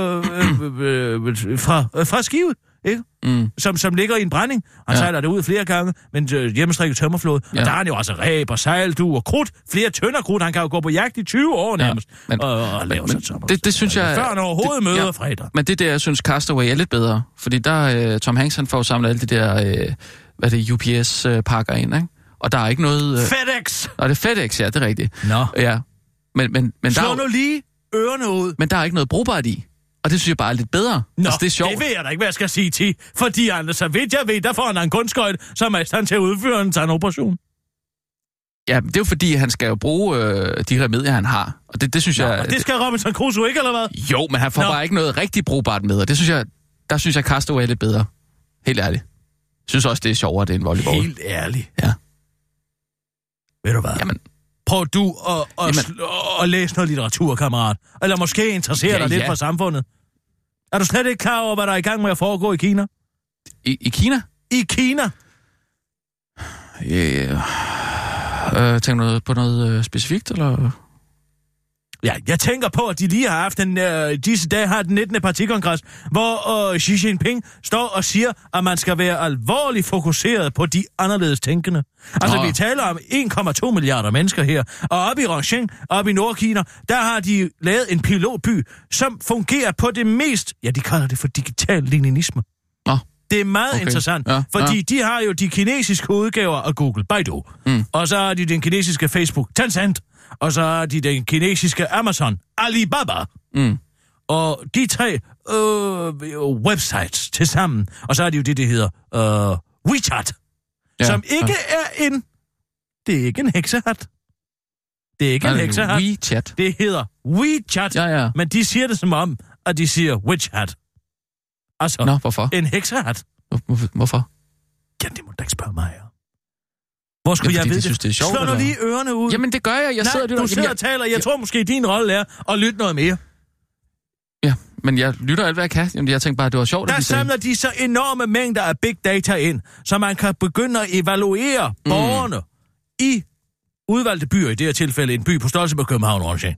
fra skibet, ikke? Som ligger i en brænding. Han sejler det ud flere gange, men hjemmestrikket tømmerflåde. Og der er han jo altså ræb og sejldu og krudt. Flere tønder krudt. Han kan jo gå på jagt i 20 år nærmest. Og lave sådan sommer. Det synes jeg... Før han overhovedet møder fredag. Men det der, jeg synes, Castaway er lidt bedre. Fordi der Tom Hanks, han får samlet alle de der UPS-pakker ind, ikke? Og der er ikke noget... FedEx! Og det er FedEx, ja, det er rigtigt. Nå. Ja. Men slå nu lige ørerne ud. Men der er ikke noget brugbart i. Og det synes jeg bare er lidt bedre. Nå, altså, det er sjovt. Det ved jeg da ikke, hvad jeg skal sige til. Fordi han, så vidt jeg ved, der får han en kunstskøjt, som er i stand til at udføre en operation. Ja, det er jo fordi, han skal jo bruge de remedier, han har. Og det synes jeg... Og det skal Robinson Crusoe ikke, eller hvad? Jo, men han får bare ikke noget rigtig brugbart med. Og det synes jeg, der synes jeg, Castaway er lidt bedre. Helt ærligt. synes også, det er sjovere, det er en volleyball. Helt ærligt. Ja. Ved du hvad? Jamen. Prøv du at læse noget litteratur, kammerat. Eller måske interessere dig lidt for samfundet. Er du slet ikke klar over, hvad der er i gang med at foregå i Kina? I Kina? I Kina? Tænker du på noget specifikt, eller? Ja, jeg tænker på, at de lige har haft disse dage har den 19. partikongres, hvor Xi Jinping står og siger, at man skal være alvorligt fokuseret på de anderledes tænkende. Altså, vi taler om 1,2 milliarder mennesker her, og oppe i Rongsheng, oppe i Nordkina, der har de lavet en pilotby, som fungerer på det mest, ja, de kalder det for digital leninisme. Det er meget interessant, fordi de har jo de kinesiske udgaver af Google, Baidu, og så har de den kinesiske Facebook, Tencent, og så har de den kinesiske Amazon, Alibaba. Og de 3 websites til sammen, og så er det jo det hedder WeChat, som ikke er en... Det er ikke en heksehat. Det er ikke en heksehat. WeChat. Det hedder WeChat, men de siger det som om, at de siger WitchHat. Altså, hvorfor? En heksehat. Hvorfor? Ja, det må du ikke spørge mig her. Hvor skulle jeg vide det? Synes, det er sjovt, slå nu lige ørerne ud. Jamen, det gør jeg. Du sidder og taler. Jeg tror måske, din rolle er at lytte noget mere. Ja, men jeg lytter alt, hvad jeg kan. Jamen, jeg tænkte bare, at det var sjovt. Der samler de så enorme mængder af big data ind, så man kan begynde at evaluere borgerne i udvalgte byer, i det her tilfælde en by på størrelse med København, Rongsheng.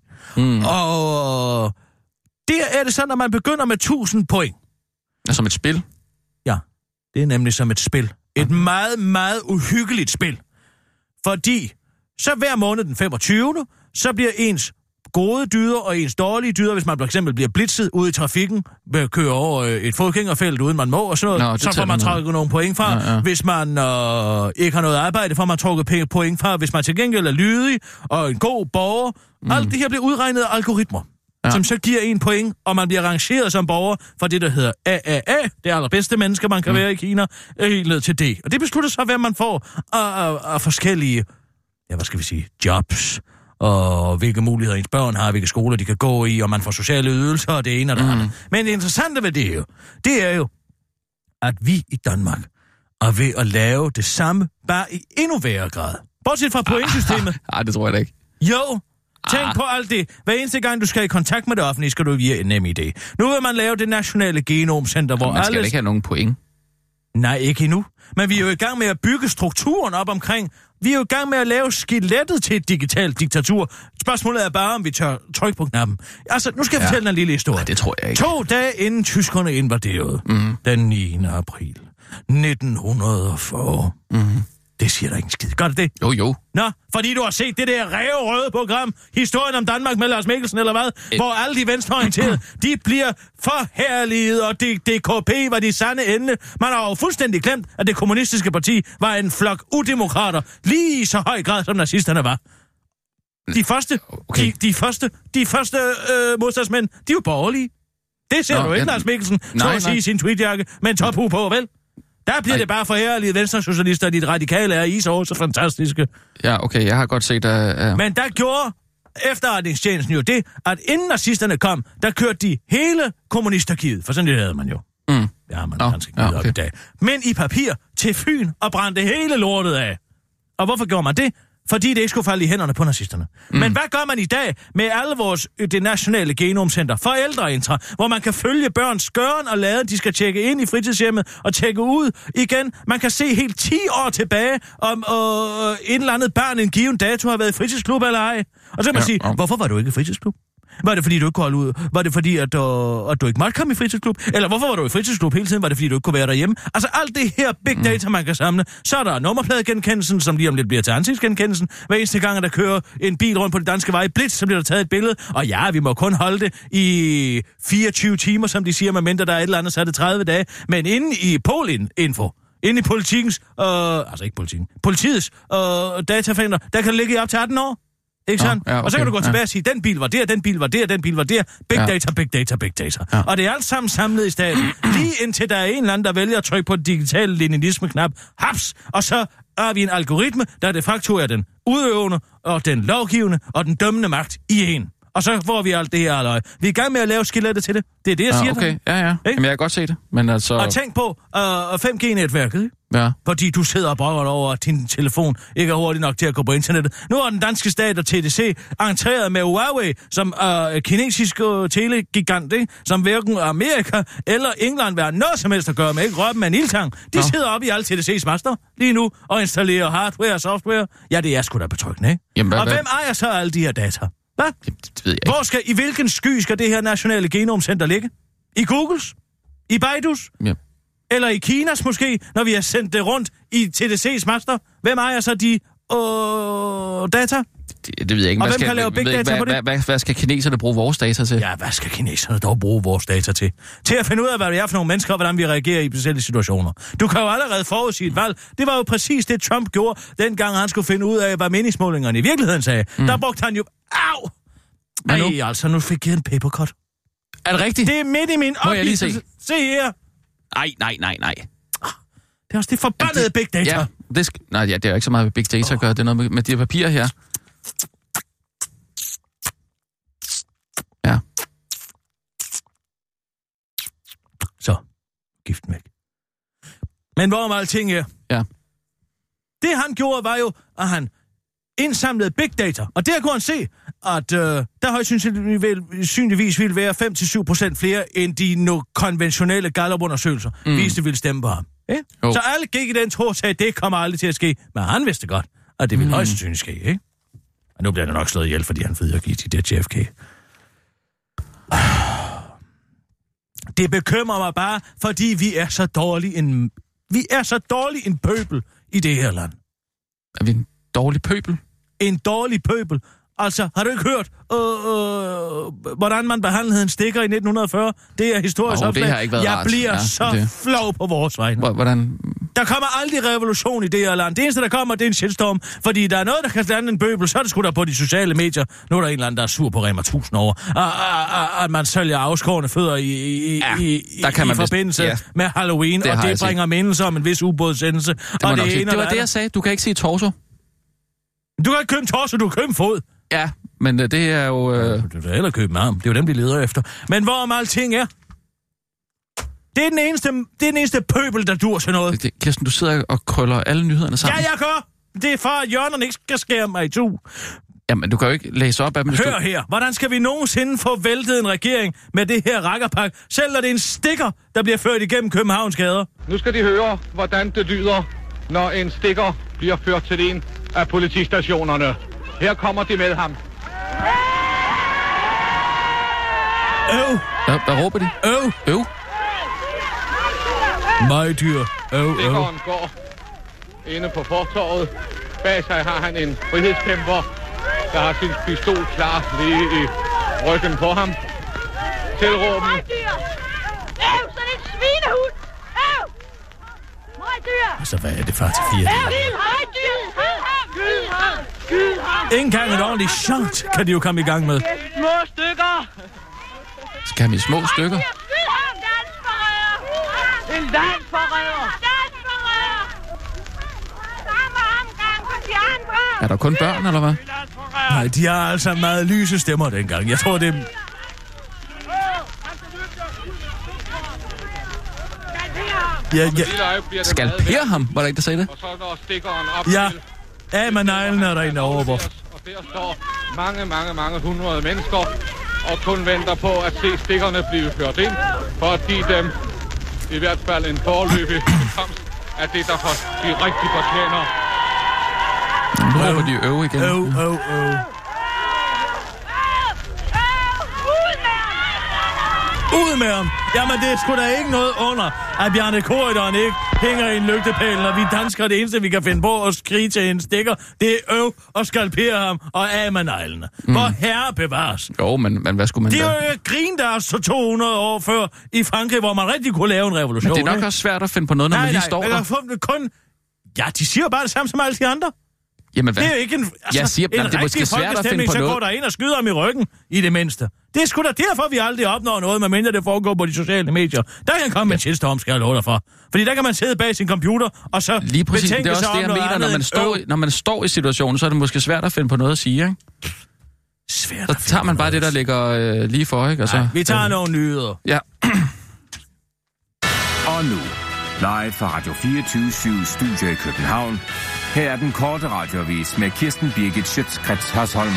Og der er det sådan, at man begynder med 1000 point. Som et spil? Ja, det er nemlig som et spil. Et meget, meget uhyggeligt spil. Fordi så hver måned den 25. så bliver ens gode dyder og ens dårlige dyder, hvis man for eksempel bliver blitzet ude i trafikken, kører over et fodgængerfelt, uden man må og sådan noget, så får man trukket nogle point fra. Hvis man ikke har noget arbejde, får man trukket point fra. Hvis man til gengæld er lydig og en god borger, alt det her bliver udregnet af algoritmer. Som så giver en point, og man bliver rangeret som borger for det, der hedder AAA, det allerbedste menneske, man kan være i Kina, helt ned til D. Og det beslutter så, hvad man får af forskellige, ja, hvad skal vi sige, jobs, og hvilke muligheder ens børn har, hvilke skoler de kan gå i, og man får sociale ydelser, og det ene og det andet. Men det interessante ved det er jo, at vi i Danmark er ved at lave det samme, bare i endnu værre grad. Bortset fra pointsystemet. Nej, det tror jeg da ikke. Jo. Tænk på alt det. Hver eneste gang, du skal i kontakt med det offentlige, skal du via en NemID. Nu vil man lave det nationale genomcenter, hvor man skal ikke have nogen point. Nej, ikke endnu. Men vi er jo i gang med at bygge strukturen op omkring. Vi er jo i gang med at lave skelettet til et digitalt diktatur. Spørgsmålet er bare, om vi tør trykke på knappen. Altså, nu skal jeg fortælle en lille historie. Nej, det tror jeg ikke. 2 dage inden tyskerne invaderede, den 9. april 1940. Det siger der ikke en skid. Gør det det? Jo. Nå, fordi du har set det der ræverøde program, Historien om Danmark med Lars Mikkelsen, eller hvad? Hvor alle de venstreorienterede, de bliver forherliget, og DKP var de sande ende. Man har jo fuldstændig glemt, at det kommunistiske parti var en flok udemokrater, lige i så høj grad, som nazisterne var. De første, de første modstandsmænd, de er jo borgerlige. Det ser du ikke, Lars Mikkelsen, så at sige i sin tweetjakke med en tophue på, vel? Der bliver det bare forherlige venstresocialister, de radikale er i så fantastiske. Ja, okay, jeg har godt set det. Men der gjorde efterretningstjenesten jo det, at inden nazisterne kom, der kørte de hele kommunistarkivet, for sådan det havde man jo. Det har man ganske givet op i dag. Men i papir til Fyn og brændte hele lortet af. Og hvorfor gjorde man det? Fordi det ikke skulle falde i hænderne på nazisterne. Men hvad gør man i dag med alle det nationale genomcenter, forældreintra, hvor man kan følge børns gøren og laden, de skal tjekke ind i fritidshjemmet og tjekke ud igen. Man kan se helt 10 år tilbage, om en eller andet barn en given dato har været i fritidsklub eller ej. Og så kan man sige, hvorfor var du ikke i fritidsklub? Var det fordi, du ikke kunne holde ud? Var det fordi, at du ikke måtte komme i fritidsklub? Eller hvorfor var du i fritidsklub hele tiden? Var det fordi, du ikke kunne være derhjemme? Altså alt det her big data, man kan samle. Så er der nummerpladegenkendelsen, som lige om lidt bliver til ansigtsgenkendelsen. Hver eneste gang, der kører en bil rundt på det danske vej, blitz, så bliver der taget et billede. Og ja, vi må kun holde det i 24 timer, som de siger, medmindre der er et eller andet, så er det 30 dage. Men inde i Polinfo, inde i politikens, politiets datafinder, der kan det ligge i op til 18 år. Ikke sandt? Ja, okay, og så kan du gå tilbage og sige, den bil var der, den bil var der, den bil var der. Big data, big data, big data. Ja. Og det er alt sammen samlet i staten. Lige indtil der er en eller anden, der vælger at trykke på den digitale leninisme-knap. Haps! Og så har vi en algoritme, der de facto er den udøvende, og den lovgivende, og den dømmende magt i en. Og så får vi alt det her løg. Vi er i gang med at lave skelettet til det. Det er det, jeg siger. Okay, ja. Jamen, jeg kan godt se det. Men altså... Og tænk på 5G-netværket. Ja. Fordi du sidder og brokker over, at din telefon ikke er hurtig nok til at gå på internettet. Nu har den danske stat og TDC entreret med Huawei, som kinesisk telegigant, ikke? Som hverken Amerika eller England vil have noget som helst at gøre med, ikke røre dem med en ildtang. De sidder oppe i alle TDC's master lige nu og installerer hardware og software. Ja, det er sgu da betryggende, ikke? Jamen, og hvem ejer så alle de her data? Hvad? Det ved jeg ikke. I hvilken sky skal det her nationale genomcenter ligge? I Googles? I Baidus? Ja. Eller i Kinas måske, når vi har sendt det rundt i TDC's master? Hvem ejer så de data? Det ved jeg ikke. Og hvem kan lave big data på det? Hvad skal kineserne bruge vores data til? Ja, hvad skal kineserne dog bruge vores data til? Til at finde ud af, hvad det er for nogle mennesker, og hvordan vi reagerer i forskellige situationer. Du kan jo allerede forudsige et valg. Det var jo præcis det, Trump gjorde, dengang han skulle finde ud af, hvad meningsmålingerne i virkeligheden sagde. Der brugte han jo... Au! Ej, altså, nu fik jeg en papercut. Er det rigtigt? Det er midt i min Må jeg lige se? Se her. Nej. Det er også det forbandede big data. Ja, det er jo ikke så meget med big data at gøre. Det er noget med de her papirer her. Ja. Så. Giften væk. Men hvorom alting er... Ja. Det han gjorde var jo, at han indsamlede big data. Og der kunne han se, at der højst sandsynligvis ville være 5-7% flere, end de konventionelle Gallup-undersøgelser viste ville stemme på ham. Så alle gik i den tro og sagde, at det kommer aldrig til at ske. Men han vidste godt, at det ville højst sandsynligt ske, ikke? Og nu bliver det nok slået ihjel, fordi han videregiver de der JFK. Det bekymrer mig bare, fordi vi er så dårlig en pøbel i det her land. Er vi en dårlig pøbel? En dårlig pøbel. Altså, har du ikke hørt, hvordan man behandlede en stikker i 1940? Det er historisk opslag. Det har ikke været Jeg rart. bliver så flov på vores vegne. Hvordan? Der kommer aldrig revolution i det her land. Det eneste, der kommer, det er en shitstorm. Fordi der er noget, der kan lande en pøbel, så er det sgu da på de sociale medier. Nu er der en eller anden, der er sur på Rema 1000 over. At man sælger afskårne fødder i forbindelse med Halloween. Og det bringer mindelser om en vis ubådssendelse. Det var det, jeg sagde. Du kan ikke sige torso. Du kan ikke købe en torso, du kan købe en fod. Ja, men det er jo... Du kan heller købe en arm. Det er jo dem, de leder efter. Men hvorom alting er... Det er den eneste pøbel, der dur til noget. Kirsten, du sidder og krøller alle nyhederne sammen. Ja, jeg gør. Det er for, at hjørnerne ikke skal skære mig i to. Jamen, du kan jo ikke læse op af dem. Hør her. Hvordan skal vi nogensinde få væltet en regering med det her rakkerpak, selv når det er en stikker, der bliver ført igennem Københavns gader? Nu skal de høre, hvordan det lyder, når en stikker bliver ført til en af politistationerne. Her kommer de med ham. Hvad råber de? Øv. Meget dyr. Stikkeren går inde på fortorvet. Bag sig har han en frihedskæmper, der har sin pistol klar lige i ryggen på ham. Tilråben. Sådan et svinehund! Altså, hvad er det far til 4? Ingen gang et ordentligt shot kan de jo komme i gang med. Små stykker! Skal vi små stykker? En landsforræder! Er der kun børn, eller hvad? Nej, de har altså meget lyse stemmer dengang. Jeg tror, det... Skalper ham? Var der ikke, der sagde det? Og så går stikkeren op. Ja, af med neglen er der en over. Og der står mange hundrede mennesker og kun venter på at se stikkerne blive ført ind, for at give dem i hvert fald en foreløbig komst af det, der de rigtig fortjener. Nu råber de øve igen. Ud med ham! Jamen, det er sgu da ikke noget under, at Bjarne Corydon ikke hænger i en lygtepæl, og vi danskere det eneste, vi kan finde på at skrige til en stikker, det er og skalpere ham og af med neglene. Hvor herre bevares. Jo, men hvad skulle man da? Det er jo grin, der er så 200 år før i Frankrig, hvor man rigtig kunne lave en revolution. Men det er nok også svært at finde på noget, når man lige står der. Kun... Ja, de siger jo bare det samme som alle de andre. Jamen hvad? Det er jo ikke en, jeg siger, en det er måske svært at finde på så noget. går der ind og skyder ham i ryggen, i det mindste. Det er sgu da derfor, vi aldrig opnår noget, medmindre det foregår på de sociale medier. Der kan komme en shitstorm, skal jeg love dig for. Fordi der kan man sidde bag sin computer, og så lige præcis, det er også det, jeg mener. Når man står i situationen, så er det måske svært at finde på noget at sige, ikke? Svært så tager man bare det, der ligger lige for, ikke? Og så, vi tager nogle nyheder. Ja. Og nu, Live fra Radio 24/7 Studio i København. Her er den korte radioavis med Kirsten Birgit Schøtz-Krets Hørsholm.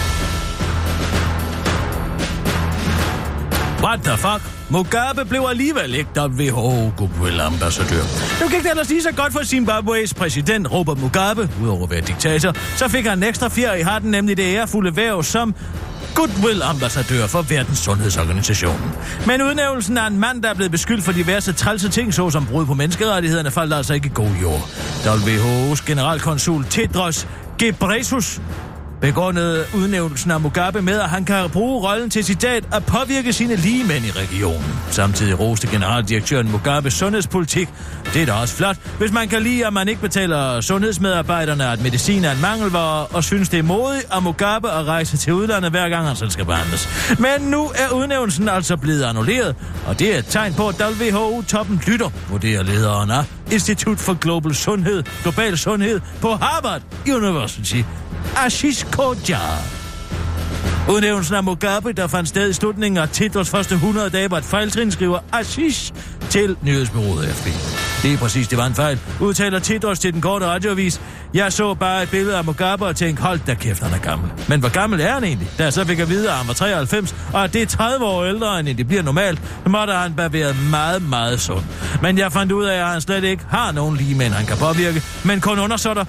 What the fuck? Mugabe blev alligevel ikke WHO goodwill-ambassadør. Nu gik det ellers lige så godt for Zimbabwe's præsident Robert Mugabe, udover at være diktator, så fik han en ekstra fjer i hatten, nemlig det ærefulde hverv som goodwill-ambassadør for Verdens Sundhedsorganisationen. Men udnævnelsen af en mand, der er blevet beskyldt for diverse trælse ting, såsom brud på menneskerettighederne, faldt altså ikke i god jord. WHO's generalkonsul Tedros Ghebreyesus begrundede udnævnelsen af Mugabe med, at han kan bruge rollen til citat at påvirke sine ligemænd i regionen. Samtidig roste generaldirektøren Mugabes sundhedspolitik. Det er da også flot, hvis man kan lide, at man ikke betaler sundhedsmedarbejderne, at medicin er en mangelvare, og synes det er modigt af Mugabe at rejse til udlandet, hver gang han selv skal behandles. Men nu er udnævnelsen altså blevet annulleret, og det er et tegn på, at WHO-toppen lytter, vurderer lederen af Institut for Global Sundhed på Harvard University, Ashish Kojar. Udnævnelsen af Mugabe, der fandt sted i slutningen af Tedros første 100 dage, var et fejltrin, skriver Ashish til nyhedsbureauet AFP. Det er præcis, det var en fejl, udtaler Tedros til den korte radioavis. Jeg så bare et billede af Mugabe og tænkte, hold da kæft, han er gammel. Men hvor gammel er han egentlig? Da jeg så fik at vide, at han var 93, og at det er 30 år ældre, end det bliver normalt, så måtte han bare være meget, meget sund. Men jeg fandt ud af, at han slet ikke har nogen ligemænd, han kan påvirke, men kun undersåtter,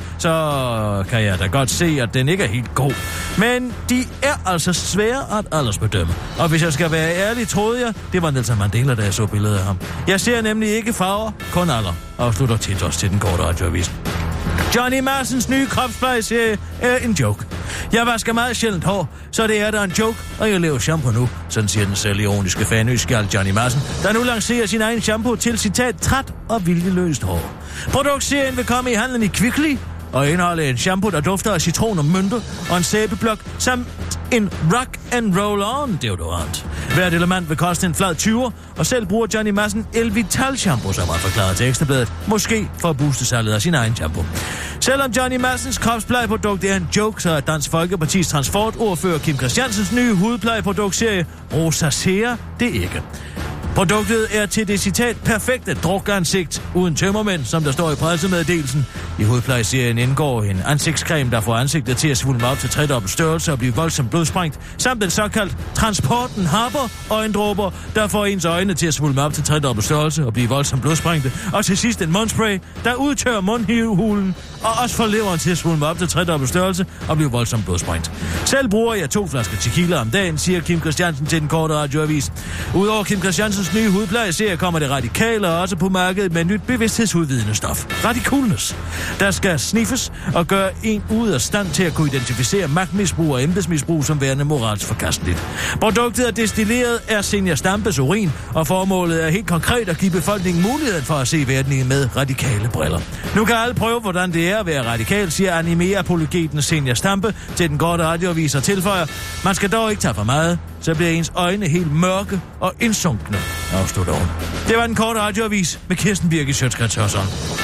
så kan jeg da godt se, at den ikke er helt god. Men de er altså svære at aldersbedømme. Og hvis jeg skal være ærlig, troede jeg, det var Nelson Mandela, da jeg så billedet af ham. Jeg ser nemlig ikke farver, kun alder, afslutter Tedros til den korte radioavis. Johnny Madsens nye kropsplejeserie er en joke. Jeg vasker meget sjældent hår, så det er der en joke, og jeg laver shampoo nu, sådan siger den selvironiske fanøskjald Johnny Madsen, der nu lancerer sin egen shampoo til citat træt og viljeløst hår. Produktserien vil komme i handlen i Kvickly og indeholde en shampoo, der dufter af citron og mynte, og en sæbeblok, samt en rock and roll on deodorant. Hvert element vil koste en flad 20'er, og selv bruger Johnny Madsen El Vital shampoo, som han forklaret til Ekstrabladet, måske for at booste salget af sin egen shampoo. Selvom Johnny Madsens kropsplejeprodukt er en joke, så er Dansk Folkepartis transportordfører Kim Christiansens nye hudplejeproduktserie Rosacea det ikke. Produktet er til det citat perfekte drukansigt uden tømmermænd, som der står i pressemeddelelsen. I hudplejeserien indgår en ansigtscreme, der får ansigtet til at svulme op til 3-dobbelt størrelse og blive voldsomt blodsprængt, samt en såkaldt transporten harper øjendråber, der får ens øjne til at svulme op til 3-dobbelt størrelse og blive voldsomt blodsprængte, og til sidst en mundspray, der udtørrer mundhulen og også får leveren til at svulme op til 3-dobbelt størrelse og blive voldsomt blodsprængt. Selv bruger jeg 2 flasker tequila om dagen, siger Kim Christiansen til den korte radioavis. Udover Kim Christiansens nye hudplejeserie kommer det radikale også på markedet med nyt bevidsthedsudvidende stof. Radicoolness. Der skal sniffes og gøre en ud af stand til at kunne identificere magtmisbrug og embedsmisbrug som værende moralsk forkasteligt. Produktet er destilleret af Senior Stampes urin, og formålet er helt konkret at give befolkningen muligheden for at se verden med radikale briller. Nu kan alle prøve, hvordan det er at være radikal, siger anime-apologeten Senior Stampe til den korte radioavis og tilføjer. Man skal dog ikke tage for meget, så bliver ens øjne helt mørke og indsunkne, afslutter hun. Det var den korte radioavis med Kirsten Birgit Schøtz-Krets Hørsholm.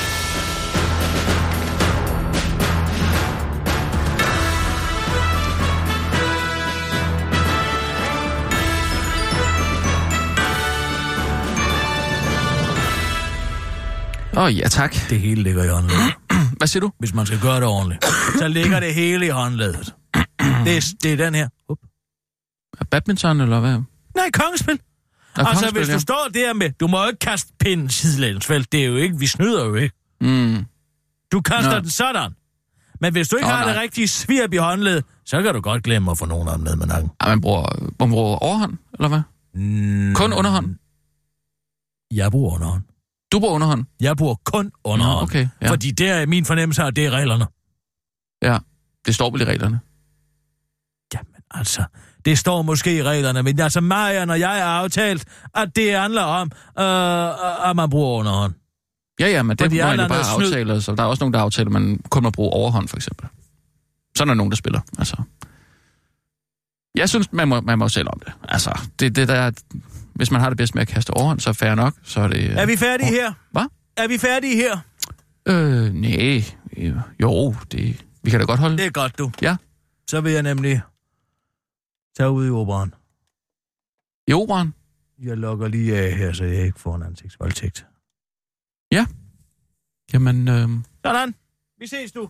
Ja, tak. Det hele ligger i håndledet. Hvad siger du? Hvis man skal gøre det ordentligt, så ligger det hele i håndledet. Det er den her. Badminton, eller hvad? Nej, kongespil. Altså, hvis du står der med... Du må jo ikke kaste pinden sidelæns, vel? Det er jo ikke... Vi snyder jo ikke. Du kaster den sådan. Men hvis du ikke har det rigtige svirp i håndledet, så kan du godt glemme at få nogen af dem med nakken. Man bruger overhånd, eller hvad? Kun underhånd? Jeg bruger underhånd. Du bruger underhånd? Jeg bruger kun underhånd. Okay, ja. Fordi det er min fornemmelse af, det er reglerne. Ja, det står vel i reglerne. Jamen altså, det står måske i reglerne, men altså Marian og jeg har aftalt, at det handler om, at man bruger underhånd. Ja, men det må man jo bare aftale. Så der er også nogen, der aftaler, at man kun må bruge overhånd, for eksempel. Sådan er nogen, der spiller. Altså. Jeg synes, man må selv om det. Altså, det der... Hvis man har det bedst med at kaste overhånd, så er fair nok. Så er det... Er vi færdige her? Hvad? Er vi færdige her? Nej. Jo, vi kan da godt holde. Det er godt, du. Ja. Så vil jeg nemlig tage ud i operaen. I operaen? Jeg lukker lige af her, så jeg ikke får en ansigtsvoldtægt. Ja. Jamen... Sådan. Vi ses nu.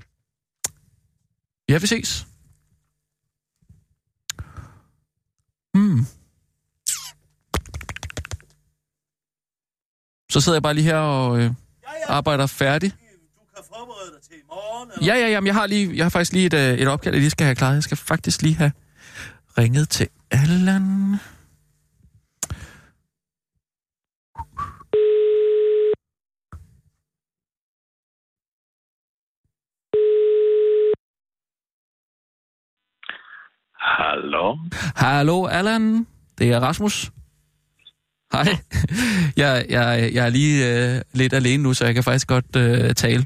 Ja, vi ses. Så sidder jeg bare lige her og arbejder færdig. Du kan forberede dig til i morgen. Eller? Ja, jamen, jeg har faktisk lige et opkald, jeg lige skal have klaret. Jeg skal faktisk lige have ringet til Allan. Hallo? Hallo, Allan. Det er Rasmus. Hej. Jeg er lige lidt alene nu, så jeg kan faktisk godt tale.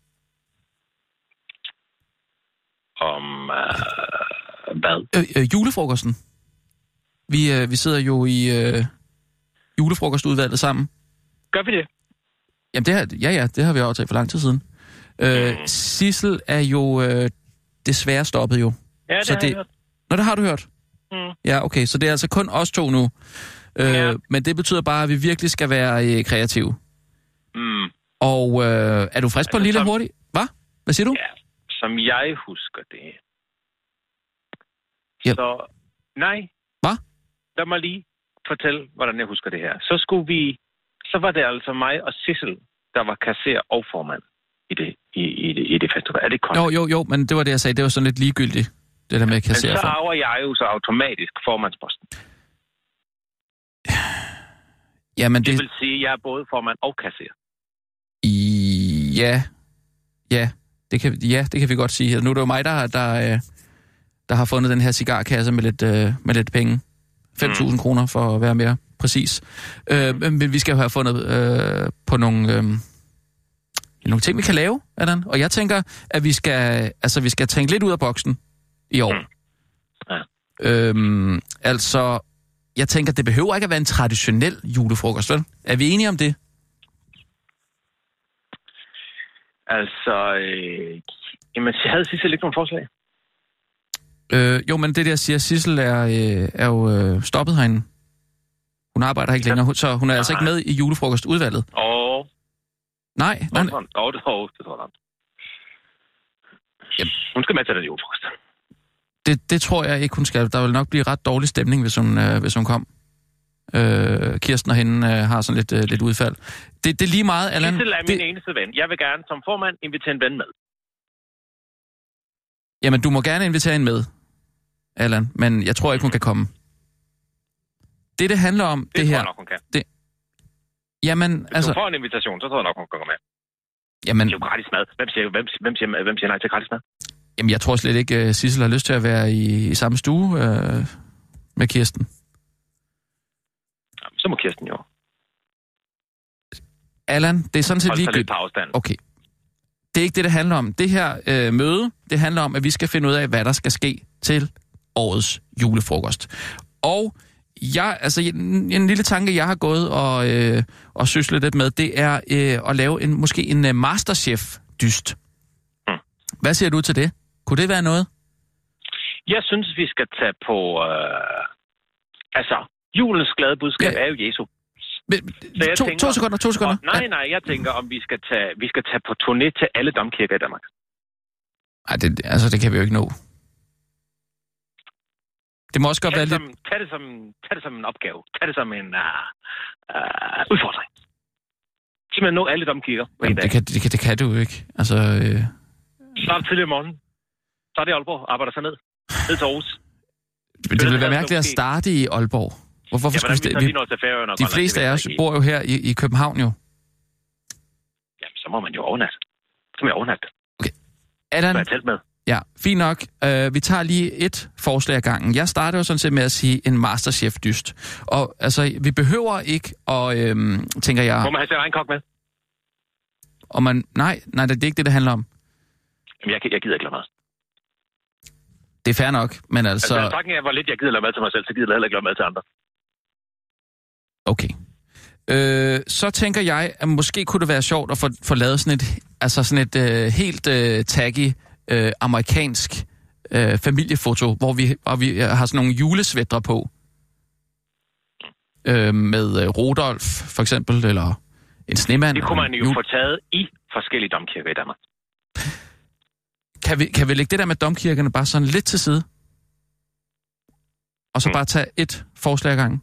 Om hvad? Julefrokosten. Vi sidder jo i julefrokostudvalget sammen. Gør vi det? Jamen det har vi aftalt for lang tid siden. Sissel er jo desværre stoppet jo. Ja, det har jeg hørt. Nå, det har du hørt? Ja, okay, så det er altså kun os to nu. Men det betyder bare, at vi virkelig skal være kreative. Og er du frisk på en lille hurtig? Hvad? Hvad siger du? Ja, som jeg husker det. Ja. Så, nej. Hvad? Lad mig lige fortælle, hvordan jeg husker det her. Så var det altså mig og Sissel, der var kasserer og formand i det festival. Er det korrekt? Jo, men det var det, jeg sagde. Det var sådan lidt ligegyldigt, det der med kasserer. Men så arver jeg jo så automatisk formandsposten. Jamen, det vil sige, at jeg er både formand og kasserer. Ja, det kan vi godt sige. Nu er det jo mig, der har fundet den her cigarkasse med lidt penge. 5.000 kroner for at være mere præcis. Men vi skal jo have fundet på nogle ting, vi kan lave, Allan. Og jeg tænker, at vi skal tænke lidt ud af boksen i år. Ja. Jeg tænker, det behøver ikke at være en traditionel julefrokost, vel? Er vi enige om det? Jamen, havde Sissel ikke nogen forslag? Jo, men det der siger, Sissel er jo stoppet herinde. Hun arbejder ikke længere, så hun er altså ikke med i julefrokostudvalget. Nej. Det tror jeg. Hun skal med til den julefrokost. Det tror jeg ikke, hun skal. Der vil nok blive ret dårlig stemning, hvis hun kom. Kirsten og hende har sådan lidt udfald. Det er lige meget, Allan. Sissel er min eneste ven. Jeg vil gerne som formand invitere en ven med. Jamen, du må gerne invitere en med, Allan, men jeg tror ikke, hun kan komme. Det handler om det her... Det tror jeg nok, hun kan. Jamen, hvis hun får en invitation, så tror jeg nok, hun kan komme med. Jamen... Det er jo gratis mad. Hvem siger nej til gratis mad? Jamen, jeg tror slet ikke, Sissel har lyst til at være i samme stue med Kirsten. Jamen, så må Kirsten jo. Allan, det er sådan set ligegyldigt. Hold lidt på afstand. Okay. Det er ikke det handler om. Det her møde, det handler om, at vi skal finde ud af, hvad der skal ske til årets julefrokost. Og en lille tanke, jeg har gået og syslet lidt med, det er at lave måske en Masterchef-dyst. Hvad siger du til det? Kunne det være noget? Jeg synes, vi skal tage på... julens glade budskab er jo Jesu. To sekunder. Nej, jeg tænker, om vi skal tage på turné til alle domkirker i Danmark. Nej, det kan vi jo ikke nå. Det må også godt være lidt... Tag det som en opgave. Tag det som en udfordring. Simpelthen nå alle domkirker på en dag. Det kan du jo ikke. Snart tidligere morgen. Så er det Aalborg. Arbejder sig ned til Aarhus. Det ville være mærkeligt at starte i Aalborg. Hvorfor skulle de fleste af os bor jo her i København jo. Jamen, så må man jo overnatte. Så må jeg overnatte. Okay. Allan, jeg telt med. Ja, fint nok. Vi tager lige et forslag ad gangen. Jeg starter jo sådan set med at sige en Masterchef-dyst. Og vi behøver ikke at, tænker jeg... Må man have sin egen kok med? Nej, det er ikke det handler om. Jamen, jeg gider ikke lade mad. Det er fair nok, men altså... Tanken er, hvor lidt jeg gider lade mad til mig selv, så gider jeg heller ikke lade mad til andre. Okay. Så tænker jeg, at måske kunne det være sjovt at få lavet sådan et helt taggy amerikansk familiefoto, hvor vi har sådan nogle julesvætre på. Med Rudolf, for eksempel, eller En snemand. Det kunne man jo få taget i forskellige domkirker i Danmark. Kan vi lægge det der med domkirkerne bare sådan lidt til side? Og så bare tage et forslag ad gangen?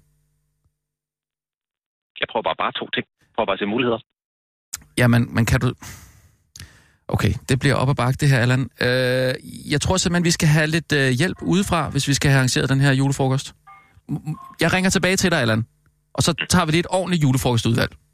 Jeg prøver bare 2 ting. Jeg prøver bare at se muligheder. Jamen, men kan du... Okay, det bliver op ad bakke, det her, Allan. Jeg tror simpelthen, vi skal have lidt hjælp udefra, hvis vi skal have arrangeret den her julefrokost. Jeg ringer tilbage til dig, Allan. Og så tager vi lige et ordentligt julefrokostudvalg.